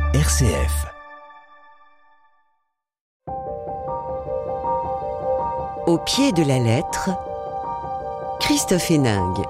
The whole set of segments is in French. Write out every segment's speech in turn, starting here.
RCF. Au pied de la lettre, Christophe Héningue.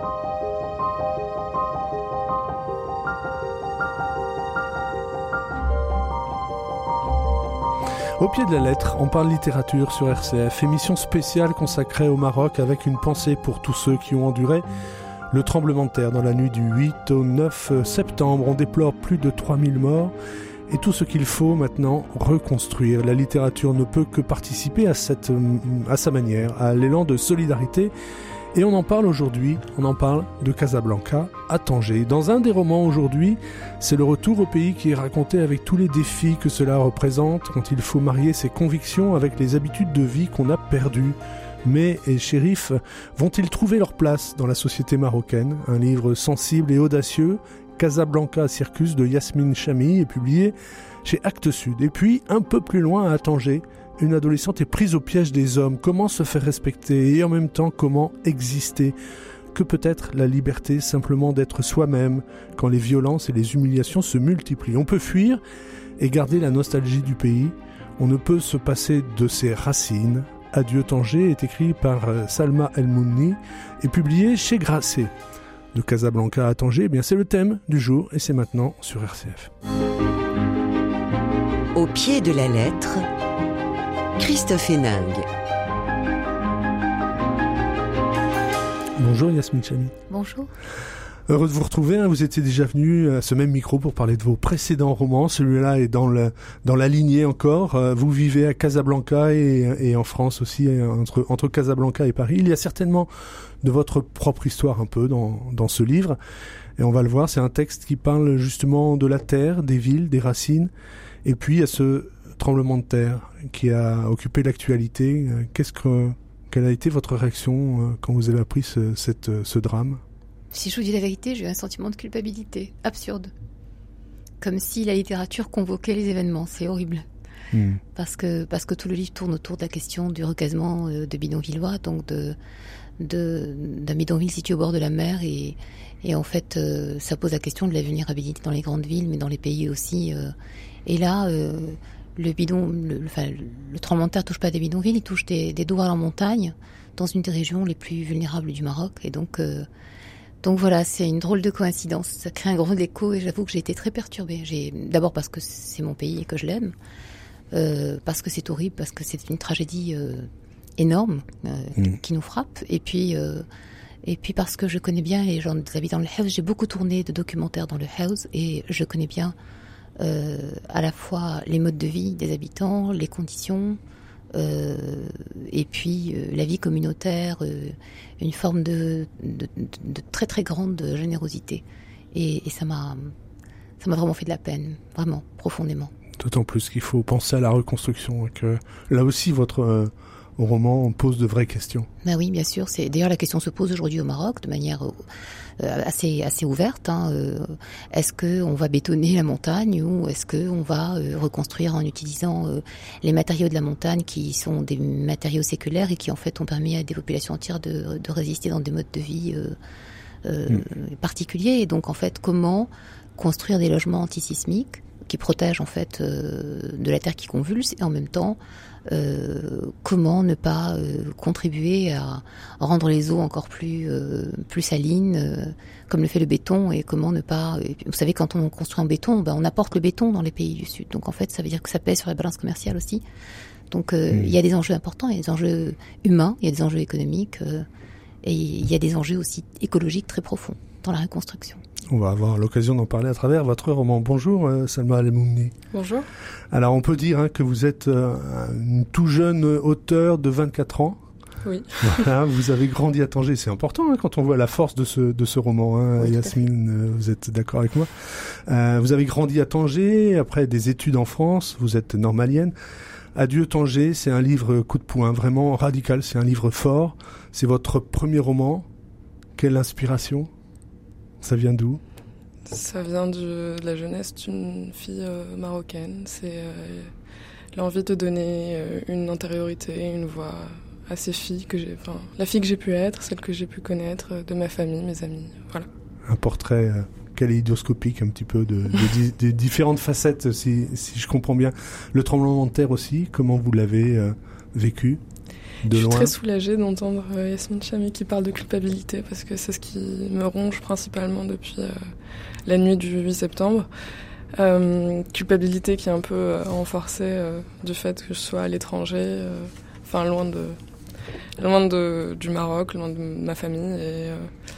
Au pied de la lettre, on parle littérature sur RCF, émission spéciale consacrée au Maroc avec une pensée pour tous ceux qui ont enduré le tremblement de terre dans la nuit du 8 au 9 septembre. On déplore plus de 3000 morts et tout ce qu'il faut maintenant reconstruire. La littérature ne peut que participer à sa manière, à l'élan de solidarité. Et on en parle aujourd'hui, on en parle de Casablanca à Tanger. Dans un des romans aujourd'hui, c'est le retour au pays qui est raconté avec tous les défis que cela représente quand il faut marier ses convictions avec les habitudes de vie qu'on a perdues. Mais et shérifs vont-ils trouver leur place dans la société marocaine ? Un livre sensible et audacieux, Casablanca Circus de Yasmine Chamy, est publié chez Actes Sud. Et puis, un peu plus loin à Tanger, une adolescente est prise au piège des hommes. Comment se faire respecter et en même temps comment exister ? Que peut être la liberté simplement d'être soi-même quand les violences et les humiliations se multiplient ? On peut fuir et garder la nostalgie du pays. On ne peut se passer de ses racines. Adieu Tanger est écrit par Salma El-Mouni et publié chez Grasset. De Casablanca à Tanger, eh bien c'est le thème du jour et c'est maintenant sur RCF. Au pied de la lettre, Christophe Héningue. Bonjour Yasmine Chamy. Bonjour. Heureux de vous retrouver, vous étiez déjà venu à ce même micro pour parler de vos précédents romans. Celui-là est dans la lignée encore. Vous vivez à Casablanca et en France aussi, entre Casablanca et Paris. Il y a certainement de votre propre histoire un peu dans ce livre. Et on va le voir, c'est un texte qui parle justement de la terre, des villes, des racines. Et puis il y a ce tremblement de terre qui a occupé l'actualité. Quelle a été votre réaction quand vous avez appris ce drame ? Si je vous dis la vérité, j'ai eu un sentiment de culpabilité absurde. Comme si la littérature convoquait les événements. C'est horrible. Parce que tout le livre tourne autour de la question du recasement de bidonvillois, donc d'un bidonville situé au bord de la mer. Et en fait, ça pose la question de la vulnérabilité dans les grandes villes, mais dans les pays aussi. Et là, le tremblement de terre touche pas des bidonvilles, il touche des douars en montagne, dans une des régions les plus vulnérables du Maroc. Et donc voilà, c'est une drôle de coïncidence. Ça crée un grand écho et j'avoue que j'ai été très perturbée. D'abord parce que c'est mon pays et que je l'aime, parce que c'est horrible, parce que c'est une tragédie énorme qui nous frappe. Et puis parce que je connais bien les gens qui habitent dans le Haouz. J'ai beaucoup tourné de documentaires dans le Haouz et je connais bien à la fois les modes de vie des habitants, les conditions, et puis la vie communautaire, une forme de très très grande générosité. Et ça m'a vraiment fait de la peine, vraiment, profondément. D'autant plus qu'il faut penser à la reconstruction et que là aussi votre roman pose de vraies questions. Ben oui, bien sûr. D'ailleurs, la question se pose aujourd'hui au Maroc de manière assez ouverte. Est-ce qu'on va bétonner la montagne ou est-ce qu'on va reconstruire en utilisant les matériaux de la montagne qui sont des matériaux séculaires et qui en fait ont permis à des populations entières de résister dans des modes de vie particuliers. Et donc en fait, comment construire des logements antisismiques qui protègent en fait de la terre qui convulse et en même temps comment ne pas contribuer à rendre les eaux encore plus salines comme le fait le béton, et comment ne pas... Vous savez, quand on construit en béton, on apporte le béton dans les pays du Sud. Donc en fait, ça veut dire que ça pèse sur la balance commerciale aussi. Donc il y a des enjeux importants, il y a des enjeux humains, il y a des enjeux économiques et il y a des enjeux aussi écologiques très profonds dans la reconstruction. On va avoir l'occasion d'en parler à travers votre roman. Bonjour Salma El-Mouni. Bonjour. Alors on peut dire que vous êtes une tout jeune auteure de 24 ans. Oui. Voilà, vous avez grandi à Tanger, c'est important quand on voit la force de ce roman. Oui, Yasmine, vous êtes d'accord avec moi. Vous avez grandi à Tanger, après des études en France, vous êtes normalienne. Adieu Tanger, c'est un livre coup de poing, vraiment radical, c'est un livre fort. C'est votre premier roman. Quelle inspiration ? Ça vient d'où ? Ça vient de la jeunesse d'une fille marocaine. C'est l'envie de donner une intériorité, une voix à ces filles la fille que j'ai pu être, celle que j'ai pu connaître, de ma famille, mes amis, voilà. Un portrait kaléidoscopique un petit peu de différentes facettes, si je comprends bien. Le tremblement de terre aussi, comment vous l'avez vécu de loin? Je suis très soulagée d'entendre Yasmine Chamy qui parle de culpabilité, parce que c'est ce qui me ronge principalement depuis la nuit du 8 septembre. Culpabilité qui est un peu renforcée du fait que je sois à l'étranger, loin du Maroc, loin de ma famille. Et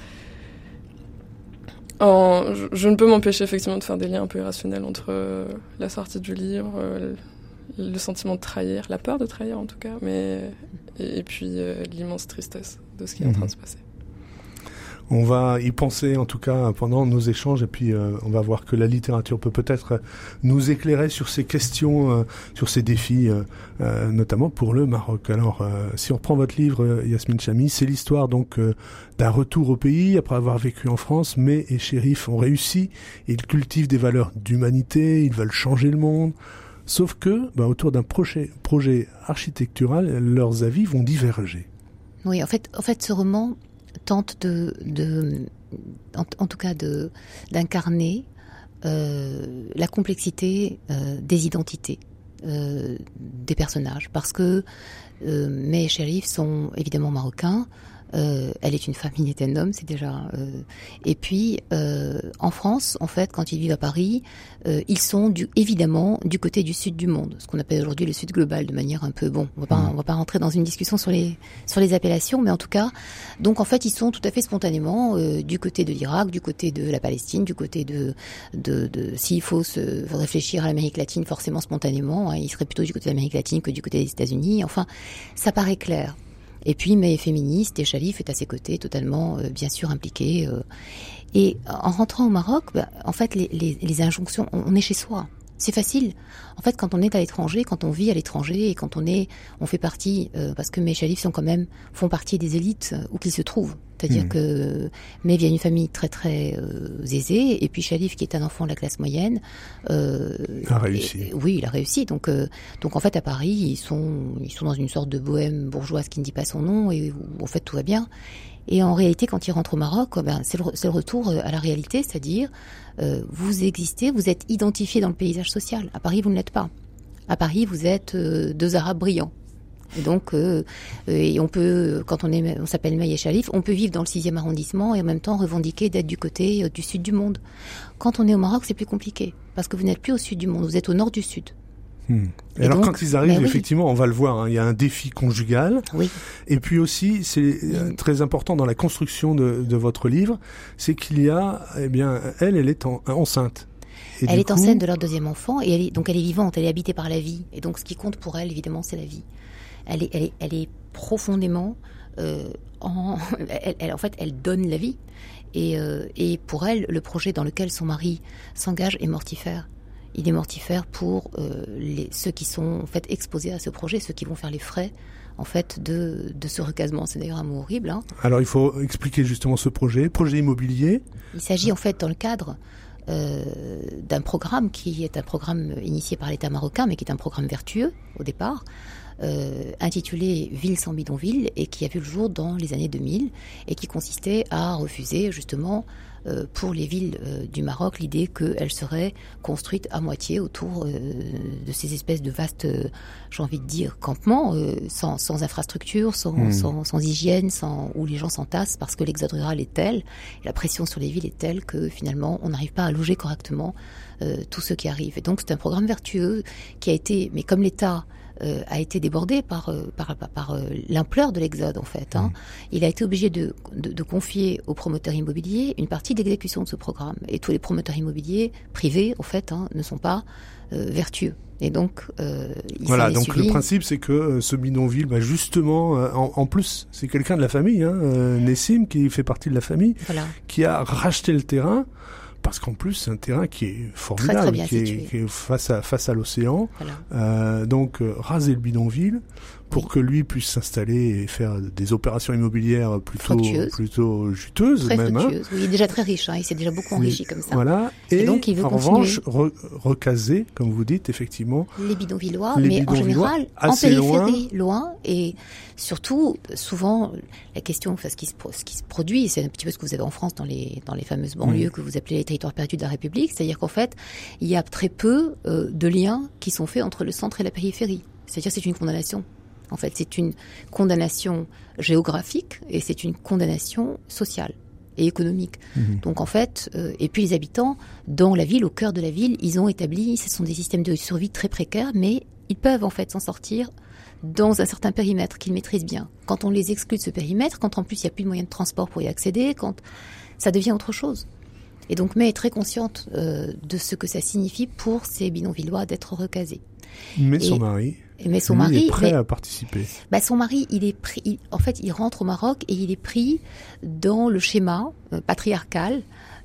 je ne peux m'empêcher effectivement de faire des liens un peu irrationnels entre la sortie du livre, le sentiment de trahir, la peur de trahir en tout cas, et puis l'immense tristesse de ce qui est en train de se passer. On va y penser en tout cas pendant nos échanges, et puis on va voir que la littérature peut peut-être nous éclairer sur ces questions, sur ces défis, notamment pour le Maroc. Alors, si on reprend votre livre, Yasmine Chamy, c'est l'histoire donc d'un retour au pays après avoir vécu en France. May et Cherif ont réussi, ils cultivent des valeurs d'humanité, ils veulent changer le monde. Sauf que, autour d'un projet architectural, leurs avis vont diverger. Oui, en fait, ce roman tente en tout cas d'incarner la complexité des identités des personnages, parce que May et Cherif sont évidemment marocains. Elle est une femme, il est un homme, c'est déjà... Et puis, en France, en fait, quand ils vivent à Paris, ils sont évidemment du côté du sud du monde, ce qu'on appelle aujourd'hui le sud global, de manière un peu... Bon, on va pas rentrer dans une discussion sur les appellations, mais en tout cas, donc en fait, ils sont tout à fait spontanément du côté de l'Irak, du côté de la Palestine, du côté de s'il faut se réfléchir à l'Amérique latine, forcément spontanément, ils seraient plutôt du côté de l'Amérique latine que du côté des États-Unis. Enfin, ça paraît clair. Et puis May est féministe et Cherif est à ses côtés, totalement, bien sûr, impliqué. Et en rentrant au Maroc, en fait, les injonctions, on est chez soi. C'est facile. En fait, quand on est à l'étranger, quand on vit à l'étranger et quand on fait partie, parce que May et Cherif font partie des élites où qu'ils se trouvent. C'est-à-dire que May vient d'une famille très très aisée, et puis Cherif, qui est un enfant de la classe moyenne, a réussi. Oui, il a réussi. Donc en fait, à Paris, ils sont dans une sorte de bohème bourgeoise qui ne dit pas son nom, et où en fait tout va bien. Et en réalité, quand ils rentrent au Maroc, c'est le retour à la réalité, c'est-à-dire vous existez, vous êtes identifié dans le paysage social. À Paris, vous ne l'êtes pas. À Paris, vous êtes deux Arabes brillants. Et donc, et on peut, quand on s'appelle May et Cherif, on peut vivre dans le 6e arrondissement et en même temps revendiquer d'être du côté du sud du monde. Quand on est au Maroc, c'est plus compliqué, parce que vous n'êtes plus au sud du monde, vous êtes au nord du sud. Et alors donc, quand ils arrivent, effectivement, on va le voir, il y a un défi conjugal. Oui. Et puis aussi, c'est très important dans la construction de votre livre, c'est qu'il y a, elle est enceinte. Elle est enceinte de leur deuxième enfant, et elle est vivante, elle est habitée par la vie. Et donc ce qui compte pour elle, évidemment, c'est la vie. Elle est profondément en fait, elle donne la vie. Et pour elle, le projet dans lequel son mari s'engage est mortifère. Il est mortifère pour ceux qui sont en fait exposés à ce projet, ceux qui vont faire les frais en fait de ce recasement. C'est d'ailleurs un mot horrible. Alors il faut expliquer justement ce projet immobilier. Il s'agit en fait dans le cadre d'un programme qui est un programme initié par l'État marocain, mais qui est un programme vertueux au départ, intitulé Ville sans bidonville, et qui a vu le jour dans les années 2000 et qui consistait à refuser justement pour les villes du Maroc l'idée qu'elles seraient construites à moitié autour de ces espèces de vastes, j'ai envie de dire, campements, sans infrastructure, sans hygiène, où les gens s'entassent parce que l'exode rural est tel, et la pression sur les villes est telle que finalement on n'arrive pas à loger correctement tous ceux qui arrivent. Et donc c'est un programme vertueux qui a été, mais comme l'État a été débordé par l'ampleur de l'exode en fait. Il a été obligé de confier aux promoteurs immobiliers une partie de l'exécution de ce programme. Et tous les promoteurs immobiliers privés en fait ne sont pas vertueux. Et donc voilà, donc le principe c'est que ce bidonville, justement, en plus c'est quelqu'un de la famille, Nessim qui fait partie de la famille, voilà, qui a racheté le terrain. Parce qu'en plus, c'est un terrain qui est formidable, très bien qui est face à l'océan. Voilà. Donc, raser le bidonville pour que lui puisse s'installer et faire des opérations immobilières plutôt juteuses, très même. fructueuses. Oui, il est déjà très riche, il s'est déjà beaucoup enrichi comme ça. Voilà. Et donc il veut en continuer. revanche, recaser, comme vous dites, effectivement. Les bidonvillois, mais en général, en périphérie, loin. Et surtout, souvent, la question, ce qui se produit, c'est un petit peu ce que vous avez en France dans les fameuses banlieues que vous appelez les territoires perdus de la République. C'est-à-dire qu'en fait, il y a très peu de liens qui sont faits entre le centre et la périphérie. C'est-à-dire c'est une condamnation. En fait, c'est une condamnation géographique et c'est une condamnation sociale et économique. Donc en fait, et puis les habitants, dans la ville, au cœur de la ville, ils ont établi, ce sont des systèmes de survie très précaires, mais ils peuvent en fait s'en sortir dans un certain périmètre qu'ils maîtrisent bien. Quand on les exclut de ce périmètre, quand en plus il n'y a plus de moyens de transport pour y accéder, quand ça devient autre chose. Et donc May est très consciente de ce que ça signifie pour ces bidonvillois d'être recasés. Mais son mari est prêt à participer. Son mari, il est pris. En fait, il rentre au Maroc et il est pris dans le schéma patriarcal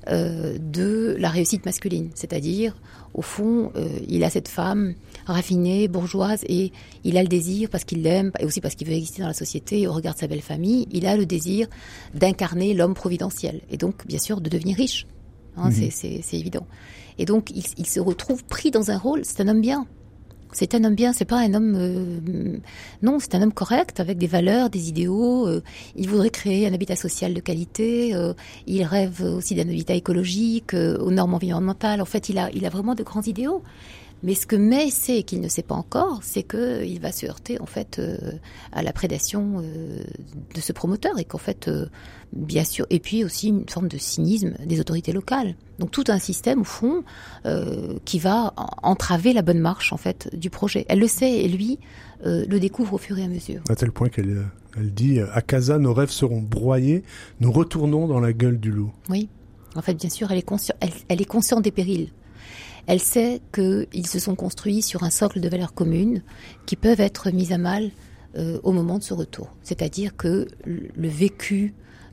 de la réussite masculine. C'est-à-dire, au fond, il a cette femme raffinée, bourgeoise, et il a le désir, parce qu'il l'aime, et aussi parce qu'il veut exister dans la société, au regard de sa belle famille, il a le désir d'incarner l'homme providentiel. Et donc, bien sûr, de devenir riche. C'est évident. Et donc, il se retrouve pris dans un rôle. C'est un homme bien. C'est un homme bien, c'est pas un homme... non, c'est un homme correct, avec des valeurs, des idéaux. Il voudrait créer un habitat social de qualité. Il rêve aussi d'un habitat écologique, aux normes environnementales. En fait, il a vraiment de grands idéaux. Mais ce que May sait et qu'il ne sait pas encore, c'est qu'il va se heurter en fait à la prédation de ce promoteur et qu'en fait, bien sûr, et puis aussi une forme de cynisme des autorités locales. Donc tout un système au fond qui va entraver la bonne marche en fait du projet. Elle le sait et lui le découvre au fur et à mesure. À tel point qu'elle dit à Casa, nos rêves seront broyés, nous retournons dans la gueule du loup. Oui, en fait, bien sûr, elle est consciente des périls. Elle sait qu'ils se sont construits sur un socle de valeurs communes qui peuvent être mises à mal au moment de ce retour. C'est-à-dire que le vécu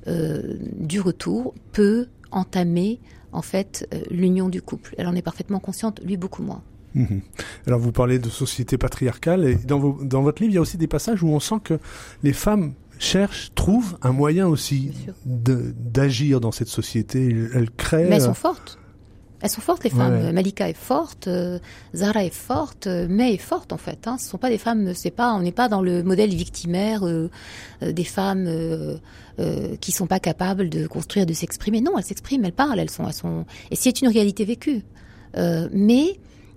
du retour peut entamer en fait l'union du couple. Elle en est parfaitement consciente, lui beaucoup moins. Alors vous parlez de société patriarcale et dans votre livre il y a aussi des passages où on sent que les femmes trouvent un moyen aussi d'agir dans cette société. Elles créent... Mais elles sont fortes. Elles sont fortes, les femmes. Ouais. Malika est forte, Zahra est forte, May est forte, en fait. Ce sont pas des femmes, on n'est pas dans le modèle victimaire des femmes qui sont pas capables de construire, de s'exprimer. Non, elles s'expriment, elles parlent, elles sont, et c'est une réalité vécue. Mais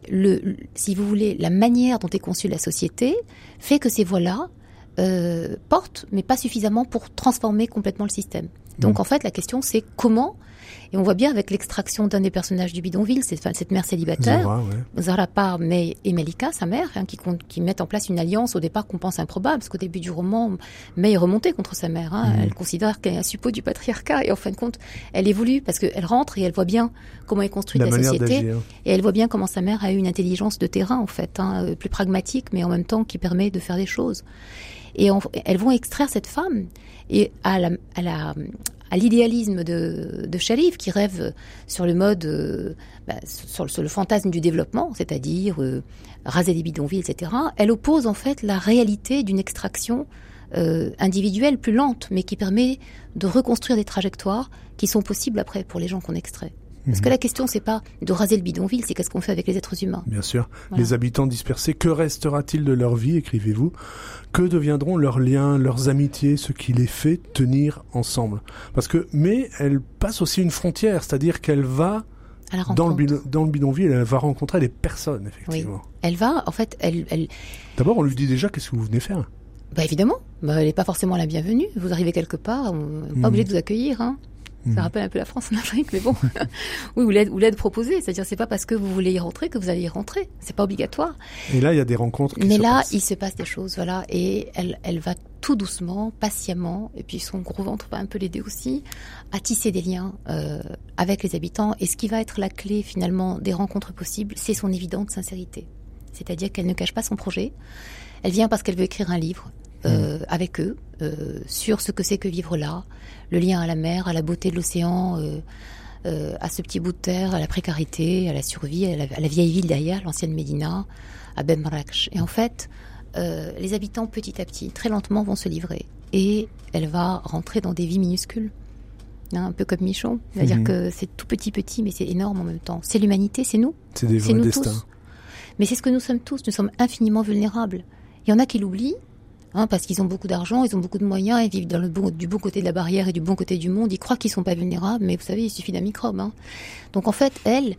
si vous voulez, la manière dont est conçue la société fait que ces voix-là portent, mais pas suffisamment pour transformer complètement le système. Donc, en fait, la question, c'est comment. Et on voit bien avec l'extraction d'un des personnages du bidonville, cette mère célibataire, Zahra part, May et Malika, sa mère, qui mettent en place une alliance au départ qu'on pense improbable, parce qu'au début du roman, May est remontée contre sa mère. Elle considère qu'elle est un suppôt du patriarcat, et en fin de compte, elle évolue parce qu'elle rentre et elle voit bien comment est construite la société, et elle voit bien comment sa mère a eu une intelligence de terrain, en fait, plus pragmatique, mais en même temps qui permet de faire des choses. Et elles vont extraire cette femme, et à l'idéalisme de Sharif qui rêve sur le mode, sur le fantasme du développement, c'est-à-dire raser des bidonvilles, etc. Elle oppose en fait la réalité d'une extraction individuelle plus lente, mais qui permet de reconstruire des trajectoires qui sont possibles après pour les gens qu'on extrait. Parce que la question, c'est pas de raser le bidonville, c'est qu'est-ce qu'on fait avec les êtres humains. Bien sûr. Voilà. Les habitants dispersés, que restera-t-il de leur vie, écrivez-vous? Que deviendront leurs liens, leurs amitiés, ce qui les fait tenir ensemble? Parce que, mais elle passe aussi une frontière, c'est-à-dire qu'elle va dans le bidonville, elle va rencontrer des personnes, effectivement. Oui. Elle va, en fait, elle... D'abord, on lui dit déjà qu'est-ce que vous venez faire? Évidemment. Elle n'est pas forcément la bienvenue. Vous arrivez quelque part, on n'est pas obligé de vous accueillir, Ça rappelle un peu la France en Afrique, mais bon. Oui, ou l'aide proposée. C'est-à-dire, c'est pas parce que vous voulez y rentrer que vous allez y rentrer. C'est pas obligatoire. Et là, il y a des rencontres qui Mais se là, passent. il se passe des choses, voilà. Et elle va tout doucement, patiemment, et puis son gros ventre va un peu l'aider aussi, à tisser des liens avec les habitants. Et ce qui va être la clé, finalement, des rencontres possibles, c'est son évidente sincérité. C'est-à-dire qu'elle ne cache pas son projet. Elle vient parce qu'elle veut écrire un livre. Avec eux, sur ce que c'est que vivre là, le lien à la mer, à la beauté de l'océan, à ce petit bout de terre, à la précarité, à la survie, à la vieille ville derrière, l'ancienne Médina, à Ben Marrakech. Et en fait, les habitants, petit à petit, très lentement, vont se livrer. Et elle va rentrer dans des vies minuscules. Un peu comme Michon. C'est-à-dire que c'est tout petit, mais c'est énorme en même temps. C'est l'humanité, c'est nous. C'est des vrais destins. Tous. Mais c'est ce que nous sommes tous. Nous sommes infiniment vulnérables. Il y en a qui l'oublient, parce qu'ils ont beaucoup d'argent, ils ont beaucoup de moyens, ils vivent du bon côté de la barrière et du bon côté du monde. Ils croient qu'ils sont pas vulnérables, mais vous savez, il suffit d'un microbe. Donc en fait, elle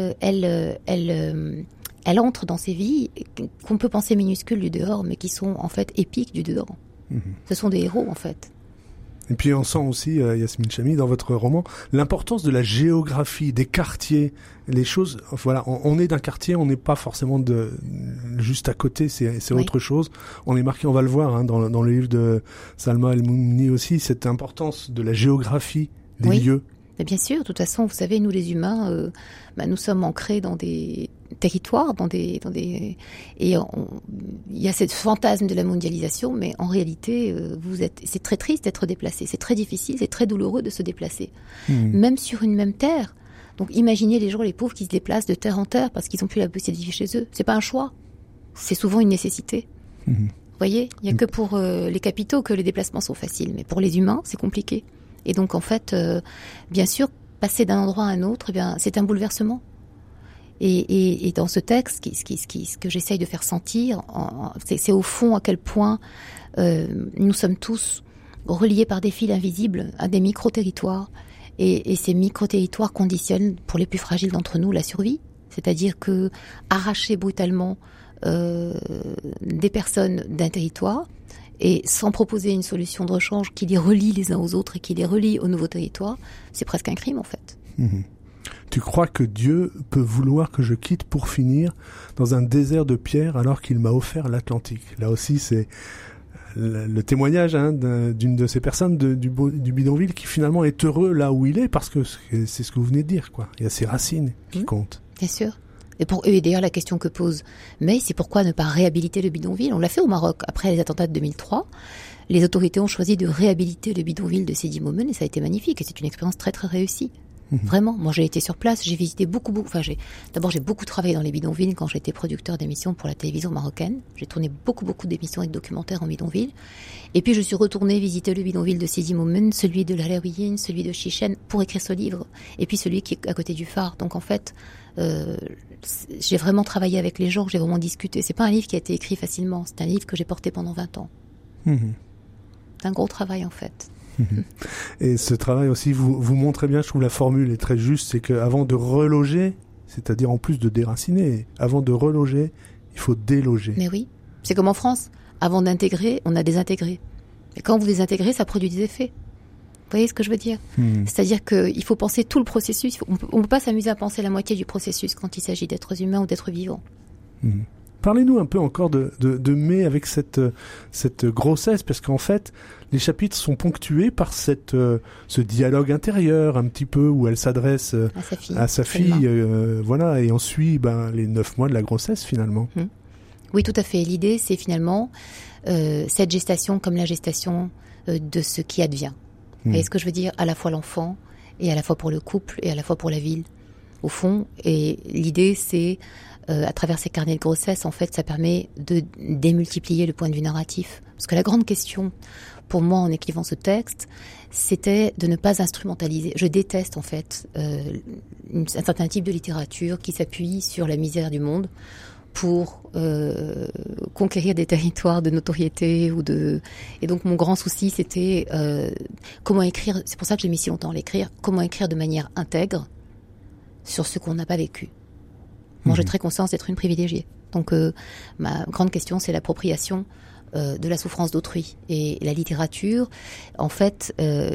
entre dans ces vies qu'on peut penser minuscules du dehors, mais qui sont en fait épiques du dedans. Ce sont des héros, en fait. Et puis on sent aussi, Yasmine Chamy, dans votre roman, l'importance de la géographie, des quartiers, les choses. Voilà, on est d'un quartier, on n'est pas forcément juste à côté, c'est autre chose. On est marqué, on va le voir dans le livre de Salma El-Moumni aussi, cette importance de la géographie des lieux. Mais bien sûr, de toute façon, vous savez, nous les humains, nous sommes ancrés dans des territoires, et il y a ce fantasme de la mondialisation, mais en réalité, c'est très triste d'être déplacé, c'est très difficile, c'est très douloureux de se déplacer, même sur une même terre. Donc imaginez les pauvres qui se déplacent de terre en terre parce qu'ils n'ont plus la possibilité de vivre chez eux. C'est pas un choix, c'est souvent une nécessité. Vous voyez, il n'y a que pour les capitaux que les déplacements sont faciles, mais pour les humains, c'est compliqué. Et donc, en fait, bien sûr, passer d'un endroit à un autre, eh bien, c'est un bouleversement. Et dans ce texte, ce que j'essaye de faire sentir, c'est au fond à quel point nous sommes tous reliés par des fils invisibles à des micro-territoires. Et ces micro-territoires conditionnent, pour les plus fragiles d'entre nous, la survie. C'est-à-dire que arracher brutalement des personnes d'un territoire, et sans proposer une solution de rechange qui les relie les uns aux autres et qui les relie au nouveau territoire, c'est presque un crime en fait. Tu crois que Dieu peut vouloir que je quitte pour finir dans un désert de pierre alors qu'il m'a offert l'Atlantique? Là aussi, c'est le témoignage d'une de ces personnes du bidonville qui finalement est heureux là où il est parce que c'est ce que vous venez de dire, quoi. Il y a ses racines qui comptent. Bien sûr. Et d'ailleurs, la question que pose May, c'est pourquoi ne pas réhabiliter le bidonville? On l'a fait au Maroc. Après les attentats de 2003, les autorités ont choisi de réhabiliter le bidonville de Sidi Moumen et ça a été magnifique. Et c'est une expérience très, très réussie. Vraiment. Moi, j'ai été sur place, j'ai visité beaucoup. D'abord, j'ai beaucoup travaillé dans les bidonvilles quand j'étais producteur d'émissions pour la télévision marocaine. J'ai tourné beaucoup d'émissions et de documentaires en bidonville. Et puis, je suis retournée visiter le bidonville de Sidi Moumen, celui de l'Alaouiyine, celui de Chichen, pour écrire ce livre. Et puis, celui qui est à côté du phare. Donc, en fait, j'ai vraiment travaillé avec les gens, j'ai vraiment discuté. C'est pas un livre qui a été écrit facilement, c'est un livre que j'ai porté pendant 20 ans. C'est un gros travail en fait. Et ce travail aussi, vous montrez bien, je trouve la formule est très juste, c'est qu'avant de reloger, c'est-à-dire en plus de déraciner, avant de reloger, il faut déloger. Mais oui, c'est comme en France, avant d'intégrer, on a désintégré. Et quand vous désintégrez, ça produit des effets. Vous voyez ce que je veux dire? C'est-à-dire qu'il faut penser tout le processus. On ne peut pas s'amuser à penser la moitié du processus quand il s'agit d'êtres humains ou d'êtres vivants. Parlez-nous un peu encore de May avec cette grossesse, parce qu'en fait, les chapitres sont ponctués par ce dialogue intérieur, un petit peu, où elle s'adresse à sa fille, voilà, et on suit les 9 mois de la grossesse, finalement. Oui, tout à fait. L'idée, c'est finalement cette gestation comme la gestation de ce qui advient. Vous voyez ce que je veux dire? À la fois l'enfant, et à la fois pour le couple, et à la fois pour la ville, au fond. Et l'idée, c'est, à travers ces carnets de grossesse, en fait, ça permet de démultiplier le point de vue narratif. Parce que la grande question, pour moi, en écrivant ce texte, c'était de ne pas instrumentaliser. Je déteste, en fait, un certain type de littérature qui s'appuie sur la misère du monde pour conquérir des territoires de notoriété et donc mon grand souci c'était comment écrire, c'est pour ça que j'ai mis si longtemps à l'écrire, comment écrire de manière intègre sur ce qu'on n'a pas vécu. Moi j'ai très conscience d'être une privilégiée, donc ma grande question c'est l'appropriation de la souffrance d'autrui, et la littérature en fait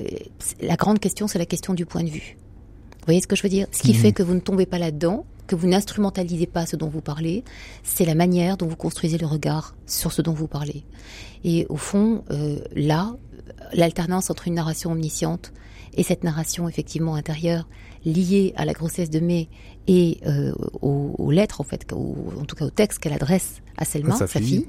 la grande question c'est la question du point de vue. Vous voyez ce que je veux dire? Ce qui fait que vous ne tombez pas là-dedans, que vous n'instrumentalisez pas ce dont vous parlez, c'est la manière dont vous construisez le regard sur ce dont vous parlez. Et au fond, là, l'alternance entre une narration omnisciente et cette narration effectivement intérieure liée à la grossesse de May et aux lettres en fait, en tout cas au texte qu'elle adresse à Selma, sa fille,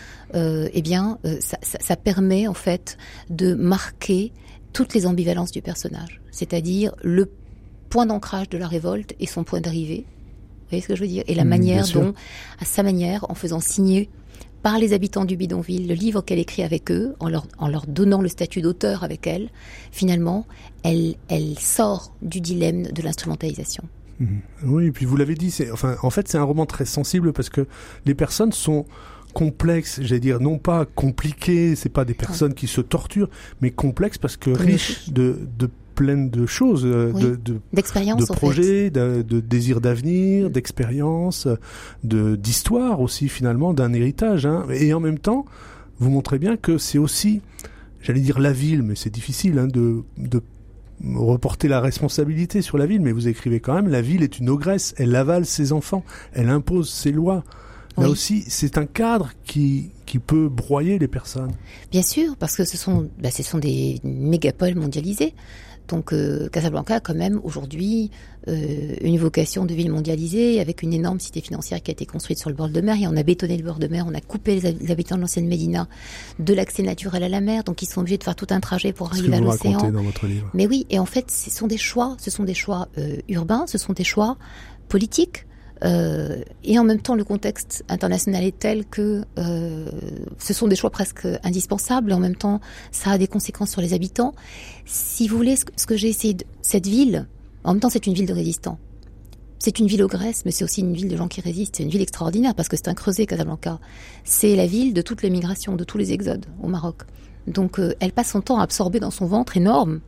eh bien, ça permet en fait de marquer toutes les ambivalences du personnage, c'est-à-dire le point d'ancrage de la révolte et son point d'arrivée. Vous voyez ce que je veux dire? Et la manière dont, à sa manière, en faisant signer par les habitants du bidonville, le livre qu'elle écrit avec eux, en leur donnant le statut d'auteur avec elle, finalement, elle sort du dilemme de l'instrumentalisation. Oui, et puis vous l'avez dit, en fait, c'est un roman très sensible parce que les personnes sont complexes, j'allais dire, non pas compliquées, c'est pas des personnes qui se torturent, mais complexes parce que riches de pleines de choses, d'expérience, de projets, de désirs d'avenir, d'expérience, d'histoire aussi finalement, d'un héritage. Hein. Et en même temps, vous montrez bien que c'est aussi, j'allais dire la ville, mais c'est difficile de reporter la responsabilité sur la ville, mais vous écrivez quand même, la ville est une ogresse, elle avale ses enfants, elle impose ses lois. Là aussi, c'est un cadre qui peut broyer les personnes. Bien sûr, parce que ce sont des mégapoles mondialisées. Donc Casablanca a quand même aujourd'hui une vocation de ville mondialisée avec une énorme cité financière qui a été construite sur le bord de mer. Et on a bétonné le bord de mer, on a coupé les habitants de l'ancienne Médina de l'accès naturel à la mer. Donc ils sont obligés de faire tout un trajet pour arriver à l'océan. Ce que vous racontez dans votre livre. Mais oui, et en fait, ce sont des choix urbains, ce sont des choix politiques. Et en même temps, le contexte international est tel que ce sont des choix presque indispensables. Et en même temps, ça a des conséquences sur les habitants. Si vous voulez, ce que j'ai essayé, cette ville, en même temps, c'est une ville de résistants. C'est une ville ogresse, mais c'est aussi une ville de gens qui résistent. C'est une ville extraordinaire parce que c'est un creuset, Casablanca. C'est la ville de toutes les migrations, de tous les exodes au Maroc. Donc, elle passe son temps à absorber dans son ventre énorme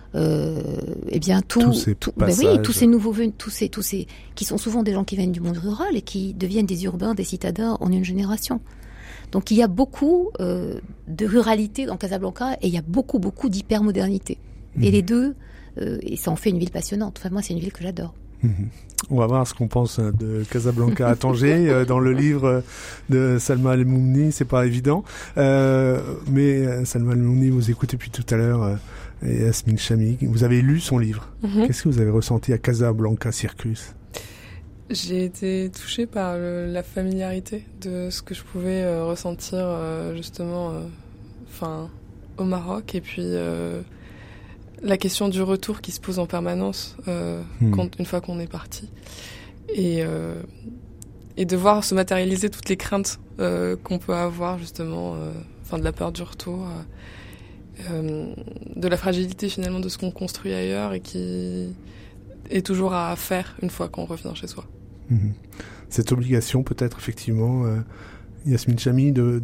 tous ces nouveaux venus, tous ces qui sont souvent des gens qui viennent du monde rural et qui deviennent des urbains, des citadins en une génération. Donc il y a beaucoup de ruralité dans Casablanca et il y a beaucoup d'hypermodernité. Et les deux, et ça en fait une ville passionnante. Enfin moi c'est une ville que j'adore. On va voir ce qu'on pense de Casablanca à Tanger dans le livre de Salma El-Moumni, c'est pas évident. Mais Salma El-Moumni, vous écoutez depuis tout à l'heure et Yasmine Chamy, vous avez lu son livre. Qu'est-ce que vous avez ressenti à Casablanca Circus ? J'ai été touchée par la familiarité de ce que je pouvais ressentir justement au Maroc et puis la question du retour qui se pose en permanence une fois qu'on est parti et de voir se matérialiser toutes les craintes qu'on peut avoir justement de la peur du retour de la fragilité finalement de ce qu'on construit ailleurs et qui est toujours à faire une fois qu'on revient chez soi. Cette obligation peut-être effectivement Yasmine Chamy de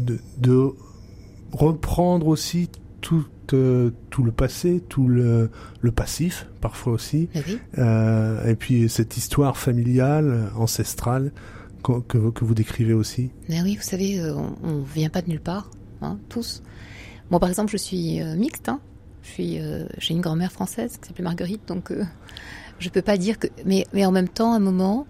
reprendre aussi tout le passé, tout le passif parfois aussi, et puis cette histoire familiale, ancestrale que vous décrivez aussi. Mais oui, vous savez, on vient pas de nulle part, tous. Moi, par exemple, je suis mixte. J'ai une grand-mère française qui s'appelait Marguerite, donc je peux pas dire que. Mais en même temps, un moment,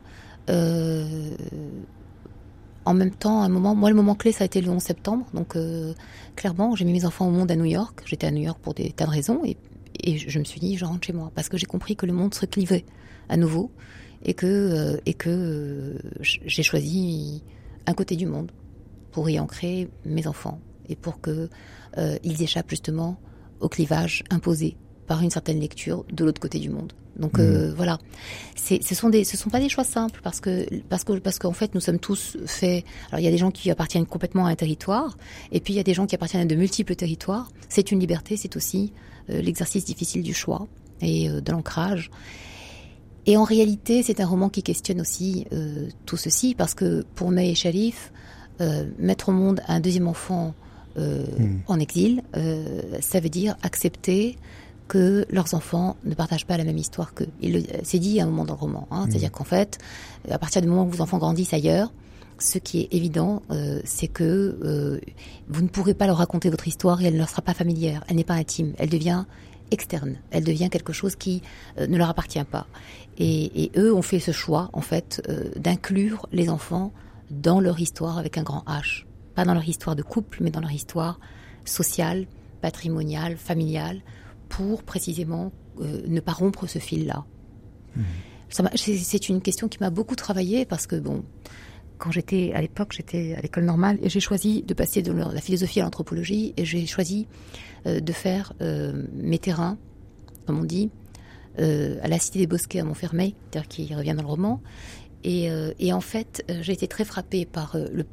moi, le moment clé, ça a été le 11 septembre. Donc, clairement, j'ai mis mes enfants au monde à New York. J'étais à New York pour des tas de raisons, et je me suis dit, je rentre chez moi parce que j'ai compris que le monde se clivait à nouveau, et que j'ai choisi un côté du monde pour y ancrer mes enfants et pour que ils échappent justement au clivage imposé par une certaine lecture de l'autre côté du monde. Donc voilà, ce sont pas des choix simples parce qu'en fait nous sommes tous faits. Alors il y a des gens qui appartiennent complètement à un territoire et puis il y a des gens qui appartiennent à de multiples territoires. C'est une liberté, c'est aussi l'exercice difficile du choix et de l'ancrage. Et en réalité, c'est un roman qui questionne aussi tout ceci parce que pour May et Sharif, mettre au monde un deuxième enfant en exil, ça veut dire accepter que leurs enfants ne partagent pas la même histoire qu'eux. C'est dit à un moment dans le roman. C'est-à-dire qu'en fait, à partir du moment où vos enfants grandissent ailleurs, ce qui est évident, c'est que vous ne pourrez pas leur raconter votre histoire et elle ne leur sera pas familière. Elle n'est pas intime. Elle devient externe. Elle devient quelque chose qui ne leur appartient pas. Et eux ont fait ce choix, en fait, d'inclure les enfants dans leur histoire avec un grand H. Pas dans leur histoire de couple, mais dans leur histoire sociale, patrimoniale, familiale, pour précisément ne pas rompre ce fil-là. C'est une question qui m'a beaucoup travaillé parce que, quand j'étais à l'époque, j'étais à l'école normale et j'ai choisi de passer de la philosophie à l'anthropologie et j'ai choisi de faire mes terrains, comme on dit, à la Cité des Bosquets à Montfermeil, c'est-à-dire qui revient dans le roman. Et en fait, j'ai été très frappée par le poids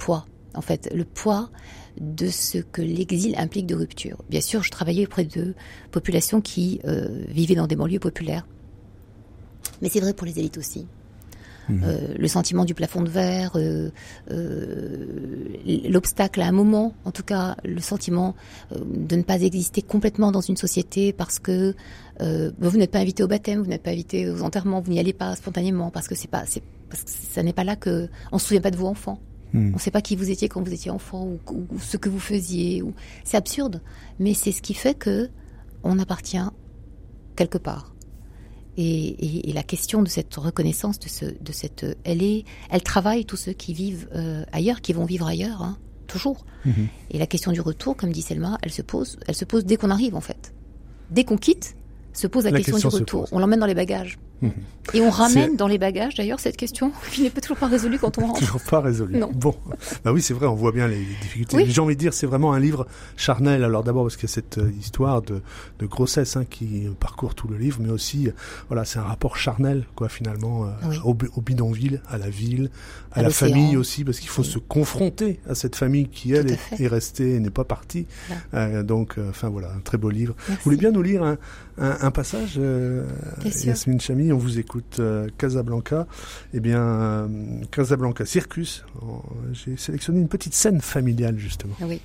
en fait, le poids de ce que l'exil implique de rupture. Bien sûr, je travaillais auprès de populations qui vivaient dans des banlieues populaires. Mais c'est vrai pour les élites aussi. Le sentiment du plafond de verre, l'obstacle à un moment, en tout cas le sentiment de ne pas exister complètement dans une société parce que vous n'êtes pas invité au baptême, vous n'êtes pas invité aux enterrements, vous n'y allez pas spontanément parce que parce que ça n'est pas là que on se souvient pas de vous enfant. On ne sait pas qui vous étiez quand vous étiez enfant ou ce que vous faisiez. C'est absurde, mais c'est ce qui fait que on appartient quelque part. Et la question de cette reconnaissance, elle travaille tous ceux qui vivent ailleurs, qui vont vivre ailleurs, hein, toujours. Et la question du retour, comme dit Selma, elle se pose dès qu'on arrive en fait. Dès qu'on quitte, se pose la question du retour. On l'emmène dans les bagages. Et on ramène dans les bagages, d'ailleurs, cette question qui n'est toujours pas résolue quand on rentre. Toujours pas résolue. Non. Bon, bah oui, c'est vrai, on voit bien les difficultés. Oui. J'ai envie de dire, c'est vraiment un livre charnel. Alors d'abord parce qu'il y a cette histoire de grossesse qui parcourt tout le livre, mais aussi, voilà, c'est un rapport charnel, quoi, finalement, au bidonville, à la ville, à la famille aussi, parce qu'il faut se confronter à cette famille qui, elle, est restée et n'est pas partie. Voilà. Enfin voilà, un très beau livre. Merci. Vous voulez bien nous lire un passage, Yasmine Chamy, on vous écoute. Casablanca, Casablanca Circus. J'ai sélectionné une petite scène familiale justement. Oui.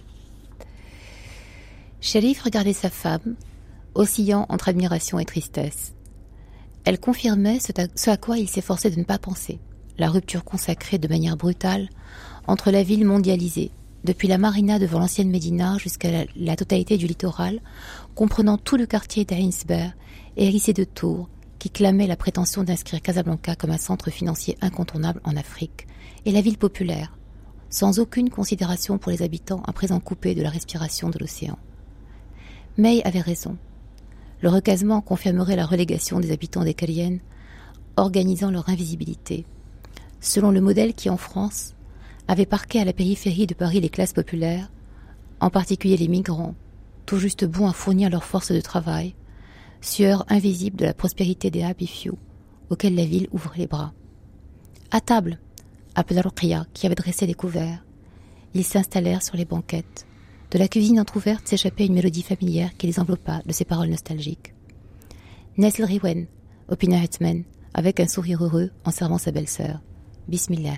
Sherif regardait sa femme, oscillant entre admiration et tristesse. Elle confirmait ce à quoi il s'efforçait de ne pas penser, la rupture consacrée de manière brutale entre la ville mondialisée, depuis la marina devant l'ancienne Médina jusqu'à la totalité du littoral, comprenant tout le quartier d'Ainsberg, hérissé de tours, qui clamait la prétention d'inscrire Casablanca comme un centre financier incontournable en Afrique, et la ville populaire, sans aucune considération pour les habitants à présent coupés de la respiration de l'océan. May avait raison. Le recasement confirmerait la relégation des habitants des Cariennes, organisant leur invisibilité, selon le modèle qui, en France, avait parqué à la périphérie de Paris les classes populaires, en particulier les migrants, tout juste bons à fournir leur force de travail, sueur invisible de la prospérité des Happy Few, auxquels la ville ouvre les bras. À table, appela Ruqya, qui avait dressé les couverts. Ils s'installèrent sur les banquettes. De la cuisine entr'ouverte s'échappait une mélodie familière qui les enveloppa de ses paroles nostalgiques. Nesl Riwen, opina Hetman, avec un sourire heureux en servant sa belle-sœur. Bismillah.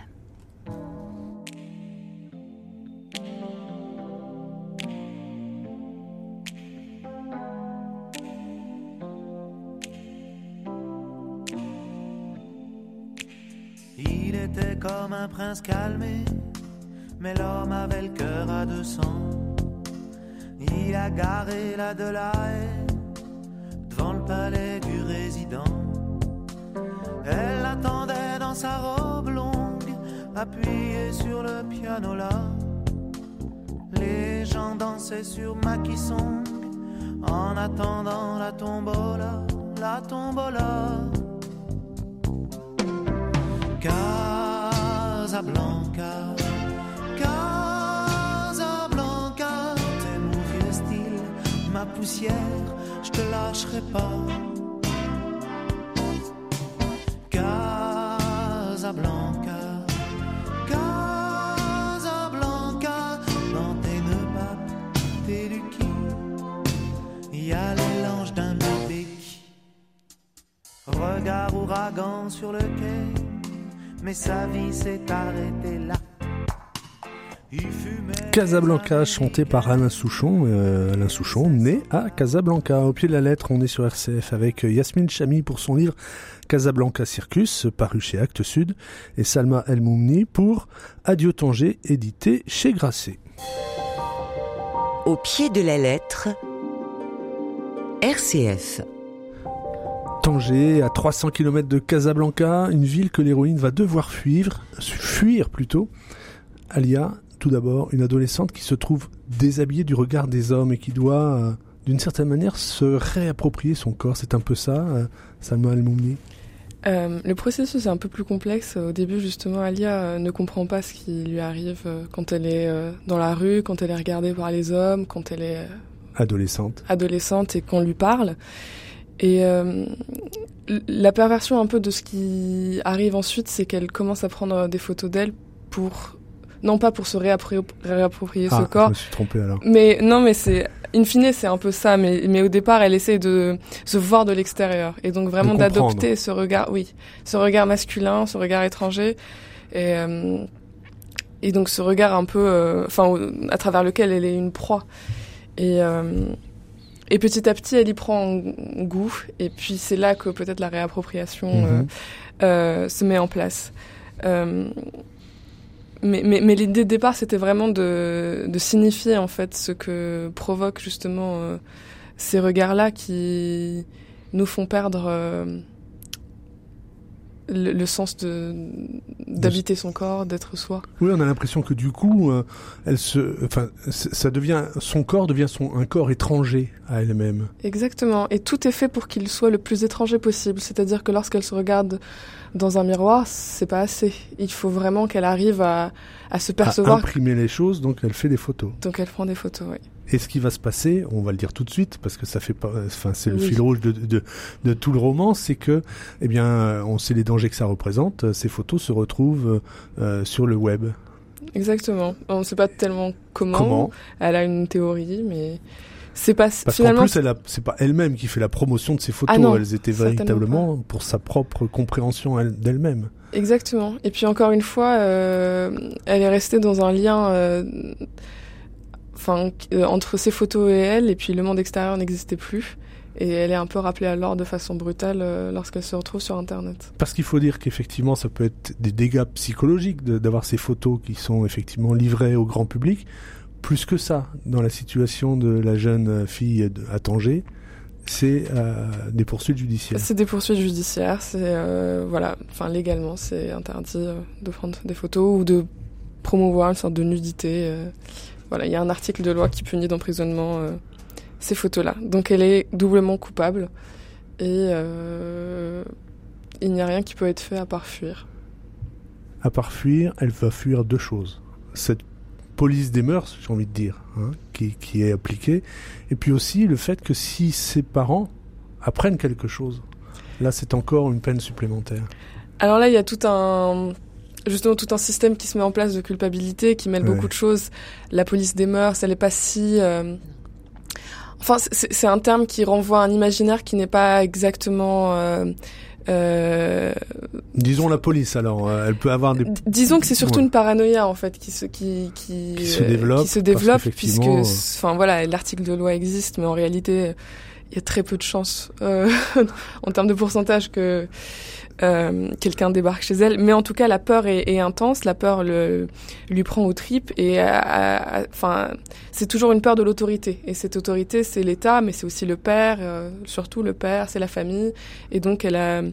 Il était comme un prince calmé, mais l'homme avait le cœur à 200. Il a garé la de la haie devant le palais du résident. Elle l'attendait dans sa robe longue, appuyée sur le piano là. Les gens dansaient sur Macky Song en attendant la tombola, la tombola. Casablanca, Casablanca, t'es mon vieux style, ma poussière, je te lâcherai pas. Casablanca, Casablanca, dans tes nœuds papes, tes lucky, y a l'élange d'un bébé qui regard ouragan sur le quai. Mais sa vie s'est arrêtée là. Casablanca, chanté par Alain Souchon. Alain Souchon, né à Casablanca. Au pied de la lettre, on est sur RCF avec Yasmine Chamy pour son livre Casablanca Circus, paru chez Actes Sud, et Salma El Moumni pour Adieu Tanger, édité chez Grasset. Au pied de la lettre, RCF. Tanger, à 300 km de Casablanca, une ville que l'héroïne va devoir fuir plutôt. Alia, tout d'abord, une adolescente qui se trouve déshabillée du regard des hommes et qui doit, d'une certaine manière, se réapproprier son corps. C'est un peu ça, Salma El Moumni. Le processus est un peu plus complexe. Au début, justement, Alia ne comprend pas ce qui lui arrive quand elle est dans la rue, quand elle est regardée par les hommes, quand elle est adolescente et qu'on lui parle. Et la perversion un peu de ce qui arrive ensuite, c'est qu'elle commence à prendre des photos d'elle pour non pas pour se réapproprier ce corps. Je me suis trompé alors. Mais c'est in fine, c'est un peu ça. Mais au départ, elle essaie de se voir de l'extérieur et donc vraiment d'adopter ce regard masculin, ce regard étranger et donc ce regard un peu, à travers lequel elle est une proie. Et petit à petit, elle y prend goût. Et puis c'est là que peut-être la réappropriation se met en place. Mais l'idée de départ, c'était vraiment de signifier en fait ce que provoquent justement ces regards-là qui nous font perdre le sens d'habiter son corps, d'être soi. Oui, on a l'impression que du coup, son corps devient un corps étranger à elle-même. Exactement. Et tout est fait pour qu'il soit le plus étranger possible. C'est-à-dire que lorsqu'elle se regarde dans un miroir, c'est pas assez. Il faut vraiment qu'elle arrive à se percevoir. À imprimer les choses, donc elle fait des photos. Donc elle prend des photos, oui. Et ce qui va se passer, on va le dire tout de suite, parce que ça fait pas, c'est le fil rouge de tout le roman, c'est que, on sait les dangers que ça représente. Ces photos se retrouvent sur le web. Exactement. On ne sait pas tellement comment. Elle a une théorie, mais c'est pas. Parce qu'en plus, c'est pas elle-même qui fait la promotion de ces photos. Non, elles étaient véritablement pour sa propre compréhension d'elle-même. Exactement. Et puis encore une fois, elle est restée dans un lien. Entre ses photos et elle, et puis le monde extérieur n'existait plus. Et elle est un peu rappelée à l'ordre de façon brutale lorsqu'elle se retrouve sur Internet. Parce qu'il faut dire qu'effectivement, ça peut être des dégâts psychologiques d'avoir ces photos qui sont effectivement livrées au grand public. Plus que ça, dans la situation de la jeune fille à Tanger, c'est des poursuites judiciaires. C'est des poursuites judiciaires. Légalement, c'est interdit de prendre des photos ou de promouvoir une sorte de nudité. Il y a un article de loi qui punit d'emprisonnement ces photos-là. Donc elle est doublement coupable et il n'y a rien qui peut être fait à part fuir. À part fuir, elle va fuir deux choses. Cette police des mœurs, j'ai envie de dire, qui est appliquée, et puis aussi le fait que si ses parents apprennent quelque chose, là c'est encore une peine supplémentaire. Alors là, il y a tout un système qui se met en place de culpabilité, qui mêle beaucoup de choses. La police des mœurs, elle n'est pas si... c'est un terme qui renvoie à un imaginaire qui n'est pas exactement... Disons la police, alors. Elle peut avoir des... Disons que c'est surtout une paranoïa, en fait, qui se développe puisque... l'article de loi existe, mais en réalité, il y a très peu de chances, en termes de pourcentage, que... quelqu'un débarque chez elle, mais en tout cas la peur est intense, la peur lui prend aux tripes et c'est toujours une peur de l'autorité, et cette autorité c'est l'État, mais c'est aussi le père, surtout le père, c'est la famille, et donc elle a